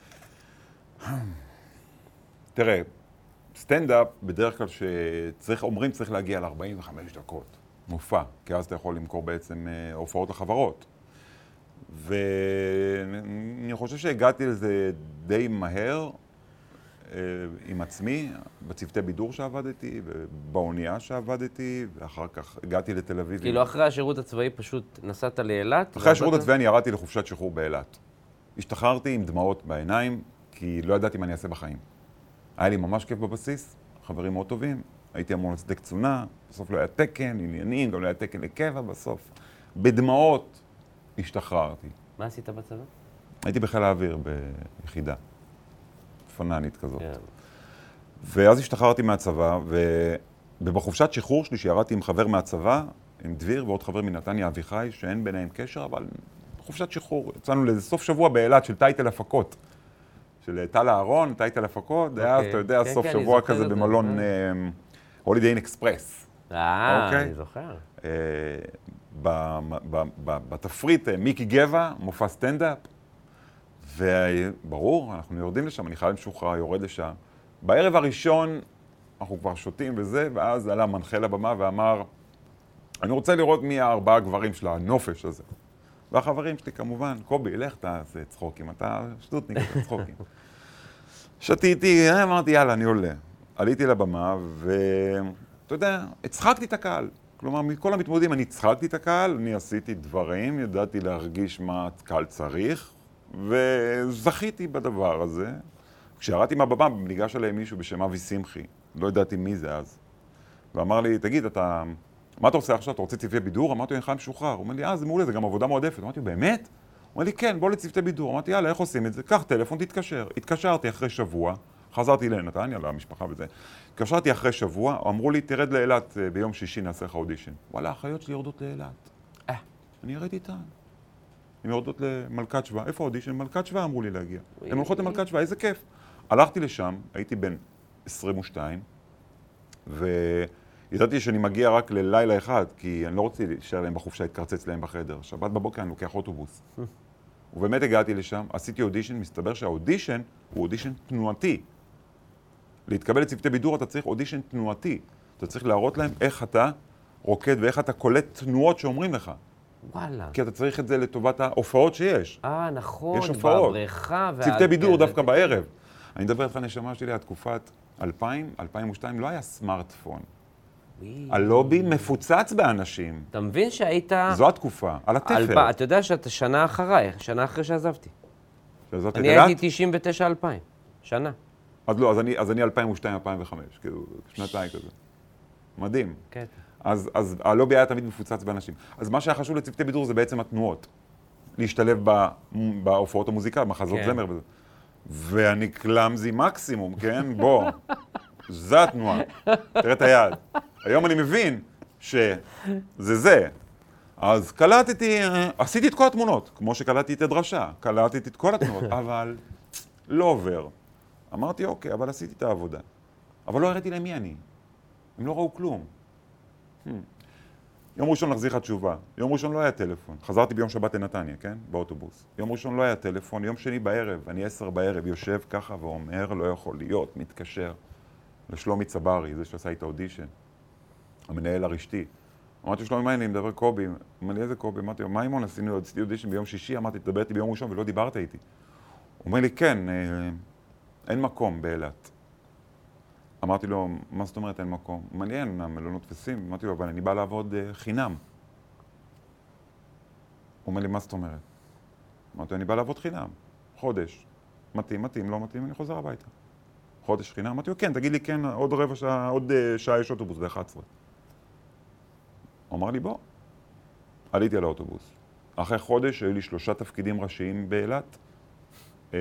תראה, סטנדאפ, בדרך כלל שצריך, אומרים צריך להגיע ל-ארבעים וחמש דקות, מופע, כי אז אתה יכול למכור בעצם אה, הופעות לחברות. ואני חושב שהגעתי לזה די מהר אה, עם עצמי, בצוותי בידור שעבדתי, ובאונייה שעבדתי, ואחר כך הגעתי לתל אביב.
כאילו, אחרי השירות הצבאי פשוט נסעת לאילת?
אחרי השירות
ועבדת?
הצבאי אני ירדתי לחופשת שחרור באילת. השתחררתי עם דמעות בעיניים, כי לא ידעתי מה אני אעשה בחיים. היה לי ממש כיף בבסיס, חברים מאוד טובים, הייתי אמור לצדק קצונה, בסוף לא היה תקן, עניינים, גם לא היה תקן לקבע בסוף. בדמעות השתחררתי.
מה עשית בצבא?
הייתי בחיל האוויר ביחידה, פננית כזאת.
כן.
ואז השתחררתי מהצבא, ובחופשת שחרור שלי שירדתי עם חבר מהצבא, עם דביר ועוד חבר מנתניה אביחי, שאין ביניהם קשר, אבל חופשת שחרור. יצאנו לאיזה סוף שבוע באילת של טייטל הפקות. של טל אהרון, טייטל הפקות, זה היה, אתה יודע, סוף שבוע כזה במלון הולידיי אין אקספרס.
אה, אני זוכר.
בתפריט, מיקי גבע, מופע סטנדאפ, וברור, אנחנו יורדים לשם, אני חייל משוחרר, יורד לשם. בערב הראשון, אנחנו כבר שותים וזה, ואז עלה מנחה לבמה ואמר, אני רוצה לראות מי הארבעה גברים של הנופש הזה. והחברים שלי כמובן, קובי, לך תעשה צחוקים, אתה שטותניק, אתה צחוקים. שתיתי, אמרתי, יאללה, אני עולה. עליתי לבמה, ואתה יודע, הצחקתי את הקהל. כלומר, מכל המתמודדים, אני הצחקתי את הקהל, אני עשיתי דברים, ידעתי להרגיש מה הקהל צריך, וזכיתי בדבר הזה. כשירדתי מהבמה, ניגש עליהם מישהו בשם אבי שמחי, לא ידעתי מי זה אז. ואמר לי, תגיד, אתה... מה אתה עושה עכשיו? אתה רוצה צוותי בידור? אמרתי לו, אני חייל משוחרר. הוא אומר לי, אה, זה מעולה, זה גם עבודה מועדפת. אמרתי לו, באמת? הוא אומר לי, כן, בוא לצוותי בידור. אמרתי, יאללה, איך עושים את זה? קח טלפון, תתקשר. התקשרתי אחרי שבוע, חזרתי לנתניה, למשפחה וזה. התקשרתי אחרי שבוע, אמרו לי, תרד לאילת ביום שישי, נעשה לך אודישן. וואלה, האחיות שלי יורדות לאילת. אה, אני ירד איתן. הן יורדות למלכת שבא. איפה האודישן? מלכת שבא אמרו לי להגיע. הן הולכות למלכת שבא, איזה כיף. הלכתי לשם, הייתי בן עשרים ושתיים, וידעתי שאני מגיע רק ללילה אחד, כי אני לא רוצה להישאר להם בחופשה, להתקרצץ להם בחדר. שבת בבוקר אני לוקח אוטובוס. ובאמת הגעתי לשם, עשיתי אודישן, מסתבר שהאודישן הוא אודישן תנועתי. להתקבל לצוותי בידור אתה צריך אודישן תנועתי. אתה צריך להראות להם איך אתה רוקד ואיך אתה קולט תנועות שאומרים לך.
וואלה.
כי אתה צריך את זה לטובת ההופעות שיש.
אה, נכון.
יש הופעות.
בבריכה.
צוותי בידור דווקא בערב. אני מדבר איתך נשמה שלי, התקופת אלפיים, אלפיים ושתיים, לא היה סמארטפון. הלובי מפוצץ באנשים.
אתה מבין שהיית...
זו התקופה, על התפר.
אתה יודע שאתה שנה אחריי, שנה אחרי שעזבתי.
שעזבתי את
אני
אילת?
הייתי תשעים ותשע אלפיים, שנה.
אז לא, אז אני, אז אני אלפיים ושתיים אלפיים וחמש, כאילו, שנתיים כזה. מדהים.
כן.
אז, אז הלובי היה תמיד מפוצץ באנשים. אז מה שהיה חשוב לצוותי בידור זה בעצם התנועות. להשתלב ב, בהופעות המוזיקה, מחזות כן. זמר וזה. ואני קלאמזי מקסימום, כן? בוא. זה התנועה. תראה את היד. היום אני מבין שזה זה. אז קלטתי, עשיתי את כל התמונות, כמו שקלטתי את הדרשה. קלטתי את כל התנועות, אבל לא עובר. אמרתי, אוקיי, אבל עשיתי את העבודה. אבל לא הראיתי להם מי אני. הם לא ראו כלום. Hmm. יום ראשון נחזיר לך תשובה. יום ראשון לא היה טלפון. חזרתי ביום שבת לנתניה, כן? באוטובוס. יום ראשון לא היה טלפון. יום שני בערב, אני עשר בערב, יושב ככה ואומר, לא יכול להיות, מתקשר. לשלומי צברי, זה שעשה את האודישן. המנהל הרשתי. אמרתי, שלומי, מה אני מדבר קובי? אמר לי, איזה קובי? אמרתי, מה אימון? עשינו אודישן ביום שישי, אמרתי, תדבר איתי ביום ראשון ולא דיברת איתי. הוא אומר לי, כן, אה, אין מקום באילת. אמרתי לו, מה זאת אומרת אין מקום? הוא אומר לי, אין, המלונות תפסים. אמרתי לו, אבל אני בא לעבוד אה, חינם. הוא אומר לי, מה זאת אומרת? אמרתי לו, אני בא לעבוד חינם. חודש. מתאים, מתאים, לא מתאים, אני חוזר הביתה. חודש חינם. אמרתי לו, כן, תגיד לי, כן, עוד רבע שעה, עוד uh, שעה יש אוטובוס, ב-אחת עשרה. הוא אמר לי, בוא. עליתי על האוטובוס. אחרי חודש היו לי שלושה תפקידים ראשיים באילת, אה,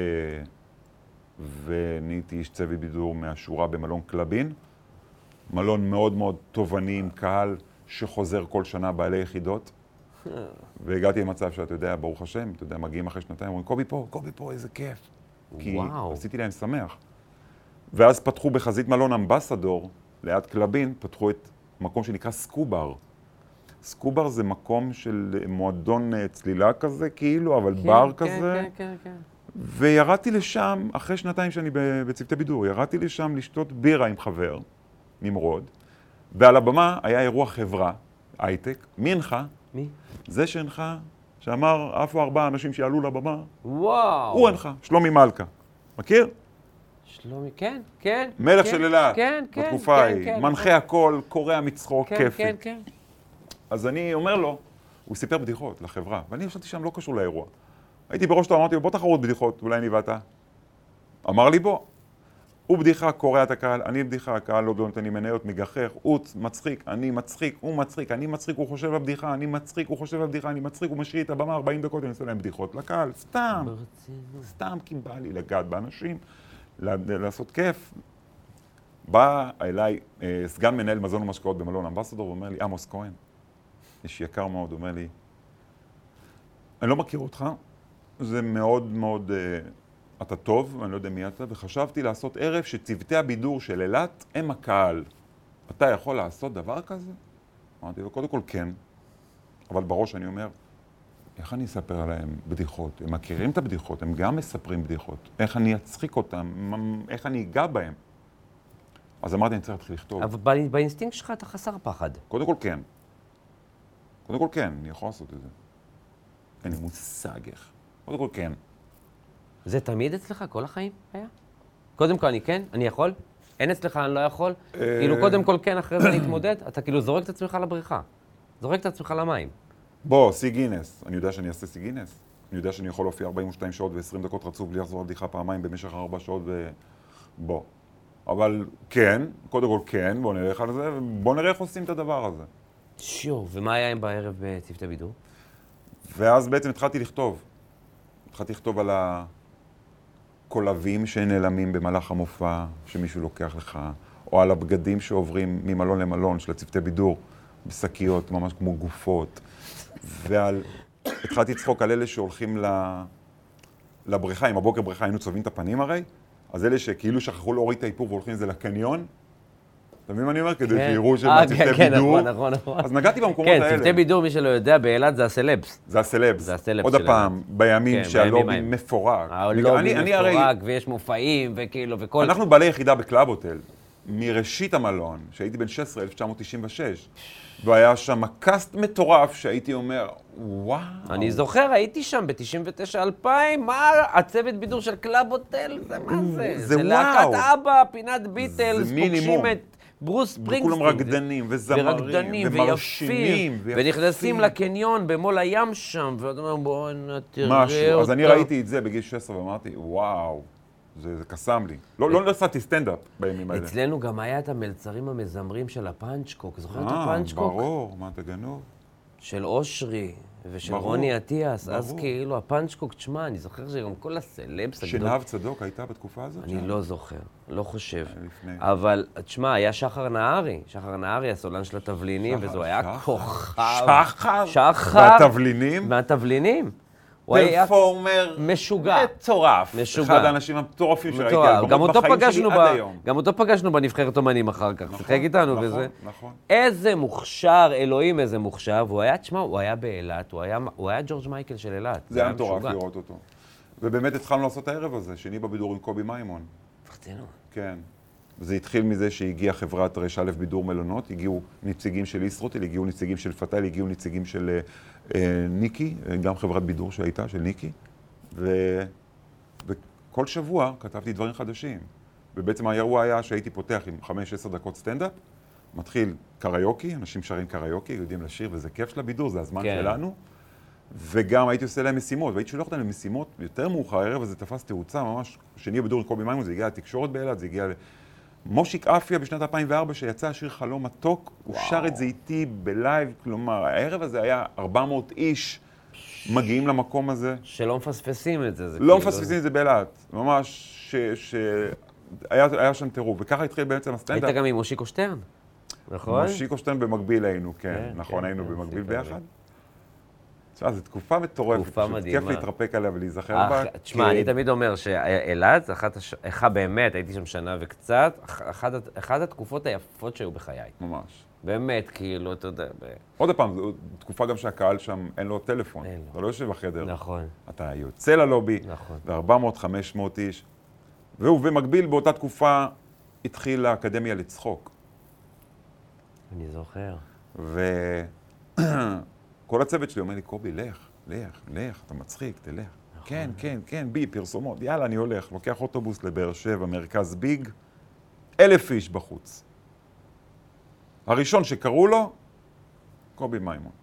ונהייתי איש צוות בידור מהשורה במלון קלבין, מלון מאוד מאוד תובעני עם קהל שחוזר כל שנה בעלי יחידות, והגעתי למצב שאתה יודע, ברוך השם, אתה יודע, מגיעים אחרי שנתיים, אומרים, קובי פה, קובי פה, איזה כיף. כי וואו. עשיתי להם שמח. ואז פתחו בחזית מלון אמבסדור, ליד קלבין, פתחו את מקום שנקרא סקובר. סקובר זה מקום של מועדון צלילה כזה, כאילו, אבל כן, בר כן, כזה. כן, כן, כן. וירדתי לשם, אחרי שנתיים שאני בצוותי בידור, ירדתי לשם לשתות בירה עם חבר, נמרוד, ועל הבמה היה אירוע חברה, הייטק. מי הנחה?
מי?
זה שהנחה, שאמר, איפה ארבעה אנשים שיעלו לבמה?
וואו.
הוא הנחה, שלומי מלכה. מכיר?
שלומי, כן, כן.
מלך
כן,
של אילת,
כן, כן,
בתקופה
כן,
ההיא,
כן,
מנחה
כן.
הכל, קורע מצחוק,
כן,
כיפי.
כן, כן.
אז אני אומר לו, הוא סיפר בדיחות לחברה, ואני ישבתי שם לא קשור לאירוע. הייתי בראש שלו, אמרתי לו, בוא תחרות בדיחות, אולי אני ואתה. אמר לי, בוא. הוא בדיחה, קורע את הקהל, אני בדיחה, הקהל לא נותן לי מניות, מגחך, הוא מצחיק, אני מצחיק, הוא מצחיק, אני מצחיק, הוא חושב בבדיחה, אני מצחיק, הוא חושב בבדיחה, אני מצחיק, הוא משאיר את הבמה ארבעים דקות, אני עושה להם בדיחות לקהל, סתם. סתם, כי בא לי לגעת באנשים, לעשות כיף. בא אליי אה, סגן מנהל מזון ומשקאות במלון אמבסדור, ואומר לי, עמוס כהן, איש יקר מאוד, אומר לי, אני לא מכיר אותך, זה מאוד מאוד, uh, אתה טוב, אני לא יודע מי אתה, וחשבתי לעשות ערב שצוותי הבידור של אילת הם הקהל. אתה יכול לעשות דבר כזה? אמרתי לו, קודם כל כן, אבל בראש אני אומר, איך אני אספר עליהם בדיחות? הם מכירים את הבדיחות, הם גם מספרים בדיחות. איך אני אצחיק אותם? איך אני אגע בהם? אז אמרתי, אני צריך להתחיל לכתוב.
אבל באינסטינקט שלך אתה חסר פחד.
קודם כל כן. קודם כל כן, אני יכול לעשות את זה. אין לי מושג איך. קודם כל כן.
זה תמיד אצלך כל החיים היה? קודם כל אני כן, אני יכול? אין אצלך, אני לא יכול? כאילו קודם כל כן, אחרי זה אני אתמודד? אתה כאילו זורק את עצמך לבריכה. זורק את עצמך למים.
בוא, סי גינס. אני יודע שאני אעשה סי גינס. אני יודע שאני יכול להופיע ארבעים ושתיים שעות ו-עשרים דקות רצוף בלי לחזור לבדיחה פעמיים במשך ארבע שעות ו... בוא. אבל כן, קודם כל כן, בוא נלך על זה, ובוא נראה איך עושים את הדבר הזה.
שיו, ומה היה עם בערב בצוותי בידור?
ואז בעצם התחלתי לכתוב. התחלתי לכתוב על הקולבים שנעלמים במהלך המופע, שמישהו לוקח לך, או על הבגדים שעוברים ממלון למלון של הצוותי בידור, בשקיות, ממש כמו גופות. ועל... התחלתי לצחוק על אלה שהולכים ל... לבריכה, עם הבוקר בריכה היינו צובעים את הפנים הרי, אז אלה שכאילו שכחו להוריד את האיפור והולכים לזה לקניון, אתה מבין מה אני אומר? כדי שיראו שהם צוותי בידור.
כן, נכון, נכון.
אז נגעתי במקומות האלה.
כן, צוותי בידור, מי שלא יודע, באילת זה הסלבס.
זה הסלבס.
זה הסלבס
עוד הפעם, בימים שהלובי מפורק.
הלובי מפורק, ויש מופעים, וכאילו, וכל...
אנחנו בעלי יחידה בקלאב הוטל, מראשית המלון, שהייתי בן שש עשרה, אלף תשע מאות תשעים ושש, והיה שם קאסט מטורף שהייתי אומר, וואו.
אני זוכר, הייתי שם ב-תשעים ותשע אלפיים, מה? הצוות בידור של קלאב הוטל, זה מה זה?
זה וואו.
זה להקת אבא, פינת ביטלס, פוגשים את ברוס ספרינגסטין.
וכולם רקדנים וזמרים ומרשימים.
ונכנסים לקניון במול הים שם, ואתה אומר, בואו נתראה אותה.
משהו, אז אני ראיתי את זה בגיל שש עשרה ואמרתי, וואו. זה, זה קסם לי. לא, לא נסעתי סטנדאפ בימים האלה.
אצלנו גם היה את המלצרים המזמרים של הפאנצ'קוק. זוכר את הפאנצ'קוק?
אה, ברור. מה אתה גנוב?
של אושרי ושל רוני אטיאס. אז כאילו הפאנצ'קוק, תשמע, אני זוכר שגם כל הסלבס הגדול...
שנהב צדוק הייתה בתקופה הזאת?
אני לא זוכר, לא חושב. אבל, תשמע, היה שחר נהרי. שחר נהרי, הסולן של התבלינים, וזו היה כוכב.
שחר?
שחר?
והתבלינים?
והתבלינים.
פרפורמר
משוגע.
מטורף.
משוגע.
אחד האנשים המטורפים שראיתי אלבומות בחיים שלי עד היום.
גם אותו פגשנו בנבחרת אומנים אחר כך. שיחק איתנו וזה.
נכון.
איזה מוכשר, אלוהים איזה מוכשר. והוא היה, תשמע, הוא היה באילת, הוא היה ג'ורג' מייקל של אילת.
זה היה מטורף לראות אותו. ובאמת התחלנו לעשות את הערב הזה, שני בבידור עם קובי מימון.
פרצנו.
כן. זה התחיל מזה שהגיעה חברת רש א' בידור מלונות, הגיעו נציגים של ישרוטל, הגיעו נציגים של פתאל, הגיעו נציגים של אה, ניקי, גם חברת בידור שהייתה, של ניקי, ו... וכל שבוע כתבתי דברים חדשים. ובעצם האירוע היה שהייתי פותח עם חמש עשר דקות סטנדאפ, מתחיל קריוקי, אנשים שרים קריוקי, יודעים לשיר, וזה כיף של הבידור, זה הזמן כן. שלנו. וגם הייתי עושה להם משימות, והייתי שולח אותם למשימות יותר מאוחר, הערב הזה תפס תאוצה, ממש, שני בבידור עם קובי מימון, זה הגיע לתקשורת באילת, זה הגיע ל... מושיק אפיה בשנת אלפיים וארבע שיצא השיר חלום מתוק, הוא שר את זה איתי בלייב, כלומר, הערב הזה היה ארבע מאות איש מגיעים למקום הזה.
שלא מפספסים את זה.
לא מפספסים את זה באילת, ממש שהיה שם טירוף, וככה התחיל בעצם הסטנדאפ.
היית גם עם מושיקו שטרן, נכון?
מושיקו שטרן במקביל היינו, כן, נכון, היינו במקביל ביחד. תשמע, זו תקופה מטורפת,
תקופה מדהימה.
כיף להתרפק עליה ולהיזכר בה.
תשמע, אני תמיד אומר שאילת, אחת באמת, הייתי שם שנה וקצת, אחת התקופות היפות שהיו בחיי.
ממש.
באמת, כאילו, אתה יודע.
עוד פעם, זו תקופה גם שהקהל שם אין לו טלפון.
אין לו.
אתה לא יושב בחדר.
נכון.
אתה יוצא ללובי,
נכון.
ו-ארבע מאות חמש מאות איש. והוא במקביל באותה תקופה התחיל האקדמיה לצחוק.
אני זוכר.
ו... כל הצוות שלי אומר לי, קובי, לך, לך, לך, אתה מצחיק, תלך. נכון. כן, כן, כן, בי, פרסומות, יאללה, אני הולך. לוקח אוטובוס לבאר שבע, מרכז ביג, אלף איש בחוץ. הראשון שקראו לו, קובי מימון.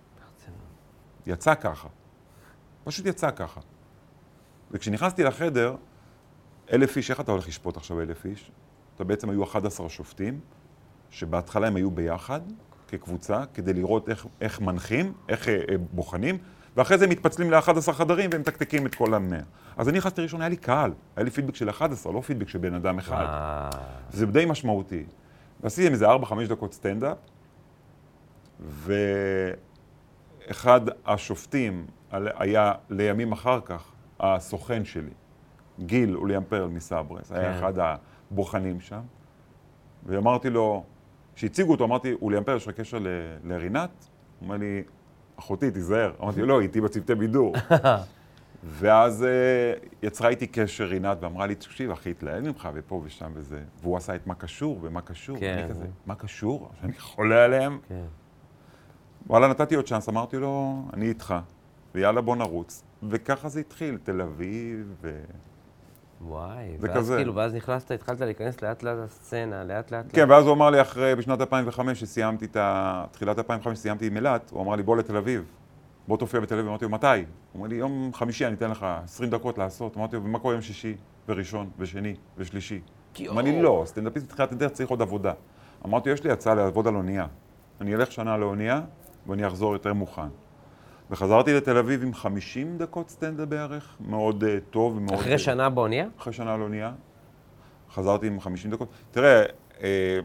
יצא ככה. פשוט יצא ככה. וכשנכנסתי לחדר, אלף איש, איך אתה הולך לשפוט עכשיו אלף איש? אתה בעצם היו אחד עשר שופטים, שבהתחלה הם היו ביחד, כקבוצה, כדי לראות איך, איך מנחים, איך אה, בוחנים, ואחרי זה הם מתפצלים ל-אחד עשר חדרים והם תקתקים את כל המאה. אז אני נכנסתי ראשון, היה לי קהל, היה לי פידבק של אחד עשר, לא פידבק של בן אדם אחד. זה די משמעותי. ועשיתי איזה ארבע חמש דקות סטנדאפ, ואחד השופטים היה לימים אחר כך הסוכן שלי, גיל אוליאם פרל מסברס, היה אחד הבוחנים שם, ואמרתי לו, שהציגו אותו, אמרתי, אוליאם פרל, יש לך קשר לרינת? הוא אומר לי, אחותי, תיזהר. אמרתי, לא, איתי בצוותי בידור. ואז יצרה איתי קשר רינת, ואמרה לי, תקשיב, אחי, התלהב ממך, ופה ושם וזה. והוא עשה את מה קשור, ומה קשור. ואני כזה, מה קשור? שאני חולה עליהם. וואלה, נתתי עוד צ'אנס, אמרתי לו, אני איתך, ויאללה, בוא נרוץ. וככה זה התחיל, תל אביב, ו...
וואי, ואז כאילו, ואז נכנסת, התחלת להיכנס לאט לאט לסצנה, לאט לאט.
כן, ואז הוא אמר לי אחרי, בשנת אלפיים וחמש, שסיימתי את ה... תחילת אלפיים וחמש, סיימתי עם אילת, הוא אמר לי, בוא לתל אביב, בוא תופיע בתל אביב. אמרתי לו, מתי? הוא אומר לי, יום חמישי אני אתן לך עשרים דקות לעשות. אמרתי לו, ומה קורה יום שישי, וראשון, ושני, ושלישי? הוא אמר לי, לא, סטנדאפיסט בתחילת הדרך צריך עוד עבודה. אמרתי, יש לי הצעה לעבוד על אונייה. אני אלך שנה לאונייה, ואני אחזור יותר מוכן. וחזרתי לתל אביב עם חמישים דקות סטנדאפ בערך, מאוד uh, טוב ומאוד...
אחרי uh, שנה באונייה?
אחרי שנה לאונייה. חזרתי עם חמישים דקות. תראה, uh,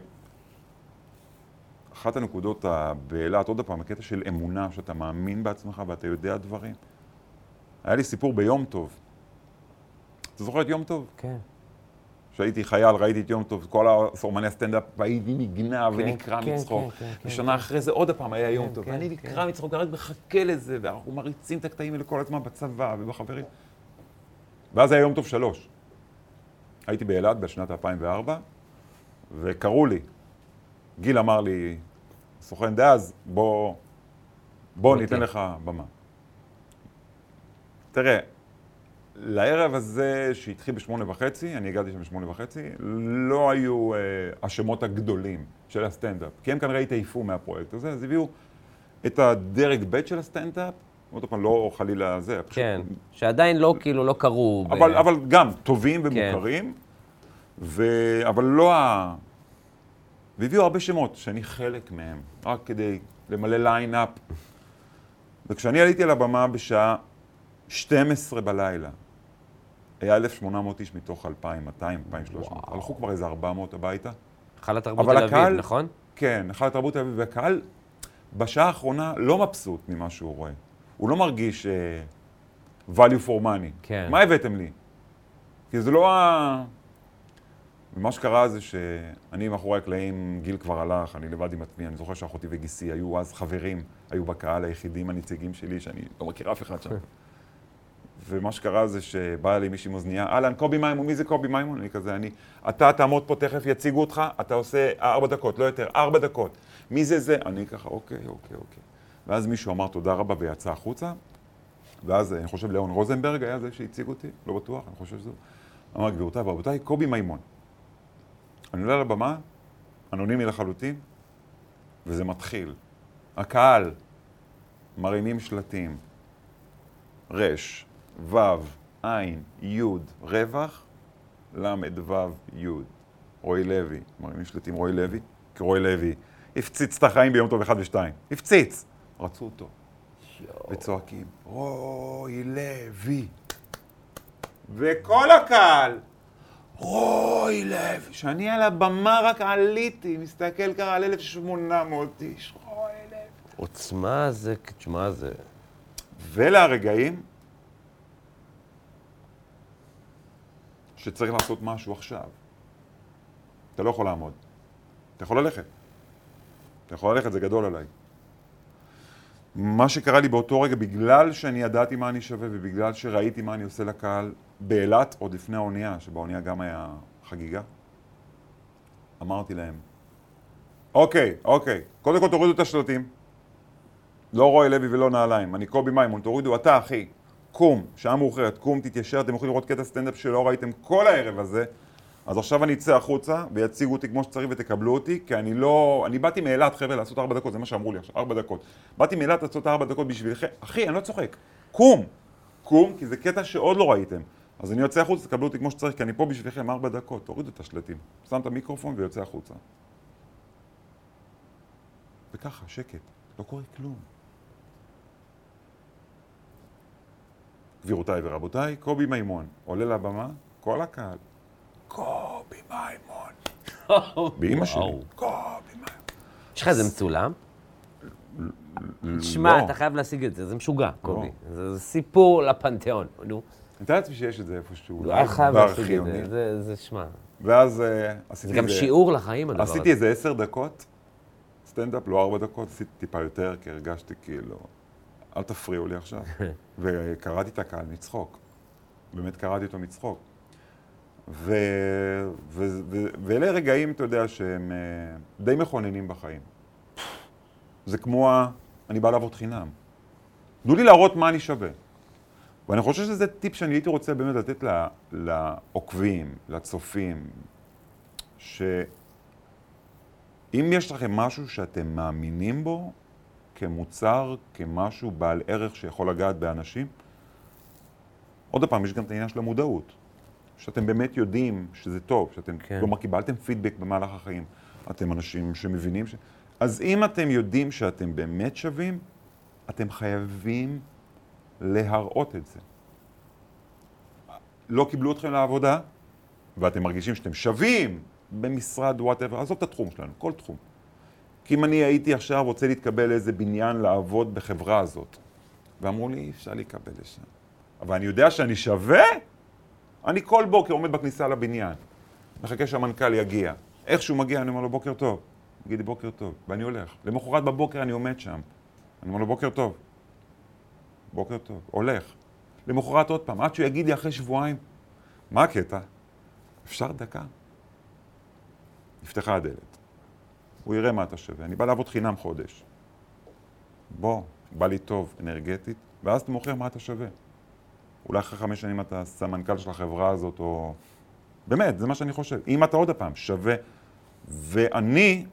אחת הנקודות באילת, עוד פעם, הקטע של אמונה, שאתה מאמין בעצמך ואתה יודע דברים. היה לי סיפור ביום טוב. אתה זוכר את יום טוב?
כן.
כשהייתי חייל, ראיתי את יום טוב, כל הסורמני הסטנדאפ, והייתי נגנב ונקרא מצחוק. ושנה אחרי זה עוד הפעם היה יום טוב, ואני נקרא מצחוק, רק מחכה לזה, ואנחנו מריצים את הקטעים האלה כל הזמן בצבא ובחברים. ואז היה יום טוב שלוש. הייתי באילת בשנת אלפיים וארבע, וקראו לי. גיל אמר לי, סוכן דאז, בוא, בוא ניתן לך במה. תראה, לערב הזה שהתחיל בשמונה וחצי, אני הגעתי שם בשמונה וחצי, לא היו אה, השמות הגדולים של הסטנדאפ, כי הם כנראה התעייפו מהפרויקט הזה, אז הביאו את הדרג ב' של הסטנדאפ, עוד פעם, לא חלילה זה.
כן, פשוט... שעדיין לא, כאילו, לא קראו.
אבל, ב... אבל גם טובים ומוכרים, כן. ו... אבל לא ה... והביאו הרבה שמות, שאני חלק מהם, רק כדי למלא ליין-אפ. וכשאני עליתי על הבמה בשעה שתים עשרה בלילה, היה אלף שמונה מאות איש מתוך אלפיים מאתיים, אלפיים ושלוש מאות. הלכו כבר איזה ארבע מאות הביתה.
היכל התרבות תל אביב, נכון?
כן, היכל התרבות תל אביב, והקהל בשעה האחרונה לא מבסוט ממה שהוא רואה. הוא לא מרגיש uh, value for money.
כן.
מה הבאתם לי? כי זה לא ה... ומה שקרה זה שאני מאחורי הקלעים, גיל כבר הלך, אני לבד עם עצמי, אני זוכר שאחותי וגיסי היו אז חברים, היו בקהל היחידים הנציגים שלי, שאני לא מכיר אף אחד שם. ומה שקרה זה שבאה לי מישהי מוזנייה, אהלן, קובי מימון, מי זה קובי מימון? אני כזה, אני, אתה תעמוד פה, תכף יציגו אותך, אתה עושה ארבע דקות, לא יותר, ארבע דקות. מי זה זה? אני ככה, אוקיי, אוקיי, אוקיי. ואז מישהו אמר תודה רבה ויצא החוצה, ואז אני חושב ליאון רוזנברג היה זה שהציג אותי, לא בטוח, אני חושב שזה. אמר, גבירותיי ורבותיי, קובי מימון. אני עולה לבמה, אנונימי לחלוטין, וזה מתחיל. הקהל מרימים שלטים, רש, וו, עין, יוד, רווח, למד, וו, יוד. רוי לוי, מרימים שלטים רוי לוי, כי רוי לוי הפציץ את החיים ביום טוב אחד ושתיים. הפציץ! רצו אותו. וצועקים, רוי לוי. וכל הקהל, רוי לוי. שאני על הבמה רק עליתי, מסתכל ככה על אלף שמונה מאות איש. רוי לוי.
עוצמה זה, תשמע זה.
ולהרגעים, שצריך לעשות משהו עכשיו. אתה לא יכול לעמוד. אתה יכול ללכת. אתה יכול ללכת, זה גדול עליי. מה שקרה לי באותו רגע, בגלל שאני ידעתי מה אני שווה, ובגלל שראיתי מה אני עושה לקהל באילת, עוד לפני האונייה, שבאונייה גם היה חגיגה, אמרתי להם, אוקיי, אוקיי, קודם כל תורידו את השלטים. לא רוי לוי ולא נעליים, אני קובי מימון, תורידו, אתה אחי, קום, שעה מאוחרת, קום, תתיישר, אתם יכולים לראות קטע סטנדאפ שלא ראיתם כל הערב הזה, אז עכשיו אני אצא החוצה ויציגו אותי כמו שצריך ותקבלו אותי, כי אני לא... אני באתי מאילת, חבר'ה, לעשות ארבע דקות, זה מה שאמרו לי עכשיו, ארבע דקות. באתי מאילת לעשות ארבע דקות בשבילכם, אחי, אני לא צוחק, קום, קום, כי זה קטע שעוד לא ראיתם. אז אני יוצא החוצה, תקבלו אותי כמו שצריך, כי אני פה בשבילכם ארבע דקות, תורידו את השלטים, שם את המיקרופון ויוצא החוצה. וככה, שקט, לא קורה כלום. גבירותיי ורבותיי, קובי מימון, עולה לבמה, כל הקהל. קובי מימון. באמא שלי. קובי מימון.
יש לך איזה מצולם? תשמע,
לא.
אתה חייב להשיג את זה, זה משוגע, קובי. זה זה סיפור לפנתיאון, נו.
אני מתאר לעצמי שיש את זה איפשהו.
לא היה חייב להשיג את
בארכיונים.
זה, זה, זה שמע.
ואז אה, עשיתי
זה גם שיעור לחיים, הדבר הזה.
עשיתי איזה עשר דקות, סטנדאפ, לא ארבע דקות, עשיתי טיפה יותר, כי הרגשתי כאילו, אל תפריעו לי עכשיו. וקראתי את הקהל מצחוק. באמת קראתי אותו מצחוק. ו... ו... ו... ואלה רגעים, אתה יודע, שהם אה, די מכוננים בחיים. זה כמו ה... אני בא לעבוד חינם. תנו לי להראות מה אני שווה. ואני חושב שזה טיפ שאני הייתי רוצה באמת לתת לה... לעוקבים, לצופים, שאם יש לכם משהו שאתם מאמינים בו, כמוצר, כמשהו בעל ערך שיכול לגעת באנשים, עוד פעם, יש גם את העניין של המודעות. שאתם באמת יודעים שזה טוב, שאתם,
כן.
כלומר, קיבלתם פידבק במהלך החיים. אתם אנשים שמבינים ש... אז אם אתם יודעים שאתם באמת שווים, אתם חייבים להראות את זה. לא קיבלו אתכם לעבודה, ואתם מרגישים שאתם שווים במשרד, whatever, עזוב את התחום שלנו, כל תחום. כי אם אני הייתי עכשיו רוצה להתקבל לאיזה בניין לעבוד בחברה הזאת, ואמרו לי, אי אפשר להיקבל לשם. אבל אני יודע שאני שווה, אני כל בוקר עומד בכניסה לבניין, מחכה שהמנכ"ל יגיע. איך שהוא מגיע, אני אומר לו, בוקר טוב. הוא יגיד לי, בוקר טוב, ואני הולך. למחרת בבוקר אני עומד שם. אני אומר לו, בוקר טוב. בוקר טוב, הולך. למחרת עוד פעם, עד שהוא יגיד לי אחרי שבועיים, מה הקטע? אפשר דקה? נפתחה הדלת. הוא יראה מה אתה שווה. אני בא לעבוד חינם חודש. בוא, בא לי טוב, אנרגטית, ואז אתה מוכר מה אתה שווה. אולי אחרי חמש שנים אתה סמנכ"ל של החברה הזאת, או... באמת, זה מה שאני חושב. אם אתה עוד הפעם שווה, ואני...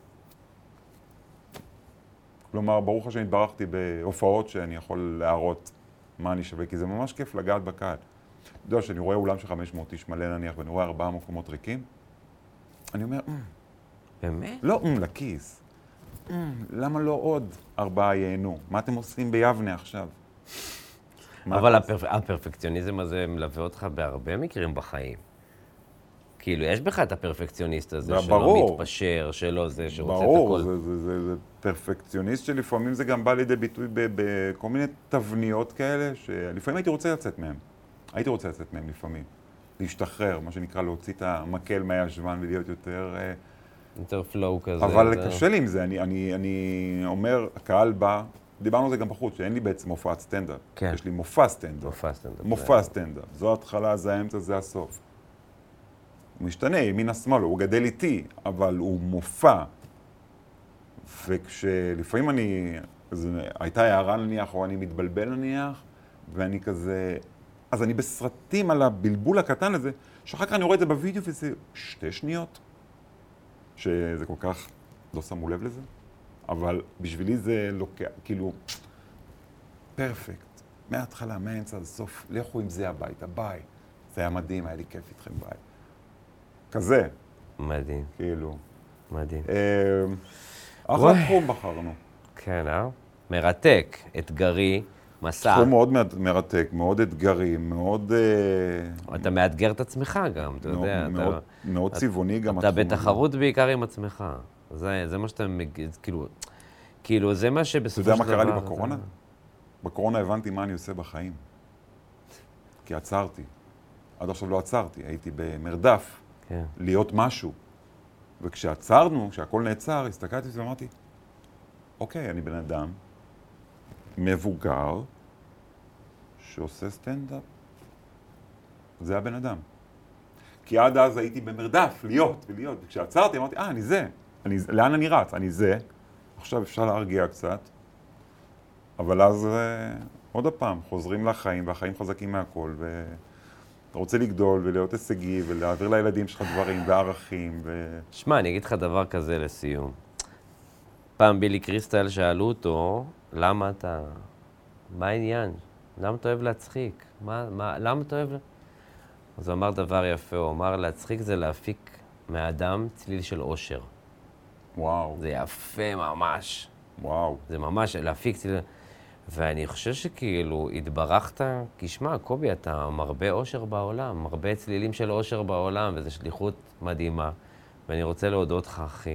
כלומר, ברוך השם התברכתי בהופעות שאני יכול להראות מה אני שווה, כי זה ממש כיף לגעת בקהל. אתה יודע, שאני רואה אולם של חמש מאות איש מלא נניח, ואני רואה ארבעה מקומות ריקים, אני אומר,
באמת?
לא, לכיס. למה לא עוד ארבעה ייהנו? מה אתם עושים ביבנה עכשיו?
אבל הפרפ... הפרפקציוניזם הזה מלווה אותך בהרבה מקרים בחיים. כאילו, יש בך את הפרפקציוניסט הזה, שלא מתפשר, שלא זה, שרוצה את הכל.
ברור, זה, זה, זה, זה פרפקציוניסט שלפעמים זה גם בא לידי ביטוי בכל מיני תבניות כאלה, שלפעמים הייתי רוצה לצאת מהם. הייתי רוצה לצאת מהם לפעמים. להשתחרר, מה שנקרא להוציא את המקל מהישבן ולהיות יותר...
יותר פלואו כזה.
אבל
זה...
קשה לי עם זה. אני, אני, אני אומר, הקהל בא, דיברנו על זה גם בחוץ, שאין לי בעצם מופעת סטנדאפ.
כן.
יש לי מופע סטנדאפ.
מופע סטנדאפ.
מופע סטנדאפ. זו ההתחלה, זה האמצע, זה הסוף. הוא משתנה, ימין השמאל, הוא גדל איתי, אבל הוא מופע. וכשלפעמים אני, אז הייתה הערה נניח, או אני מתבלבל נניח, ואני כזה, אז אני בסרטים על הבלבול הקטן הזה, שאחר כך אני רואה את זה בווידאו וזה שתי שניות, שזה כל כך, לא שמו לב לזה, אבל בשבילי זה לוקח, כאילו, פרפקט, מההתחלה, מהאמצע, לסוף, לכו עם זה הביתה, ביי. זה היה מדהים, היה לי כיף איתכם, ביי. כזה.
מדהים.
כאילו.
מדהים.
אחלה תחום בחרנו.
כן, אה? מרתק, אתגרי, מסע.
תחום מאוד מרתק, מאוד אתגרי, מאוד...
אתה מאתגר את עצמך גם, אתה יודע.
מאוד צבעוני גם.
אתה בתחרות בעיקר עם עצמך. זה מה שאתה, כאילו, כאילו, זה מה שבסופו של דבר...
אתה יודע מה קרה לי בקורונה? בקורונה הבנתי מה אני עושה בחיים. כי עצרתי. עד עכשיו לא עצרתי, הייתי במרדף.
כן.
להיות משהו. וכשעצרנו, כשהכל נעצר, הסתכלתי ואמרתי, אוקיי, אני בן אדם מבוגר שעושה סטנדאפ. זה הבן אדם. כי עד אז הייתי במרדף, להיות ולהיות. וכשעצרתי אמרתי, אה, אני זה. אני, לאן אני רץ? אני זה. עכשיו אפשר להרגיע קצת. אבל אז עוד הפעם, חוזרים לחיים, והחיים חזקים מהכל, ו... אתה רוצה לגדול ולהיות הישגי ולהעביר לילדים שלך דברים וערכים ו...
שמע, אני אגיד לך דבר כזה לסיום. פעם בילי קריסטל שאלו אותו, למה אתה... מה העניין? למה אתה אוהב להצחיק? מה, מה, למה אתה אוהב... אז הוא אמר דבר יפה, הוא אמר, להצחיק זה להפיק מהאדם צליל של אושר.
וואו.
זה יפה ממש.
וואו.
זה ממש, להפיק צליל... ואני חושב שכאילו התברכת, כי שמע, קובי, אתה מרבה אושר בעולם, מרבה צלילים של אושר בעולם, וזו שליחות מדהימה. ואני רוצה להודות לך, אחי,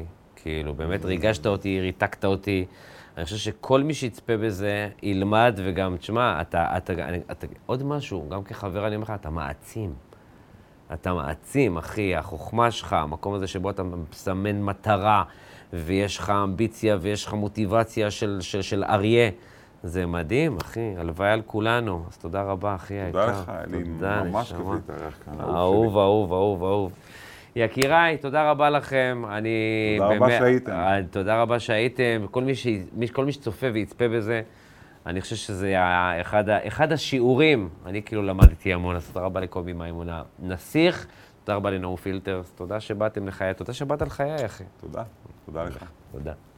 כאילו, באמת ריגשת אותי, ריתקת אותי. אני חושב שכל מי שיצפה בזה ילמד, וגם, תשמע, אתה, אתה, אתה, אתה, עוד משהו, גם כחבר אני אומר לך, אתה מעצים. אתה מעצים, אחי, החוכמה שלך, המקום הזה שבו אתה מסמן מטרה, ויש לך אמביציה ויש לך מוטיבציה של, של, של אריה. זה מדהים, אחי, הלוואי על כולנו. אז תודה רבה, אחי היקר.
תודה לך, לי ממש כיף להתארח כאן.
אהוב, אהוב, אהוב, אהוב. יקיריי, תודה רבה לכם. אני
תודה
באמת,
רבה שהייתם.
תודה רבה שהייתם. כל מי, ש... כל מי שצופה ויצפה בזה, אני חושב שזה אחד, אחד השיעורים. אני כאילו למדתי המון, אז תודה רבה לקובי מימונה נסיך. תודה רבה לנאו פילטרס. תודה שבאתם לחיי, תודה שבאת לחיי, אחי.
תודה, תודה לך.
תודה.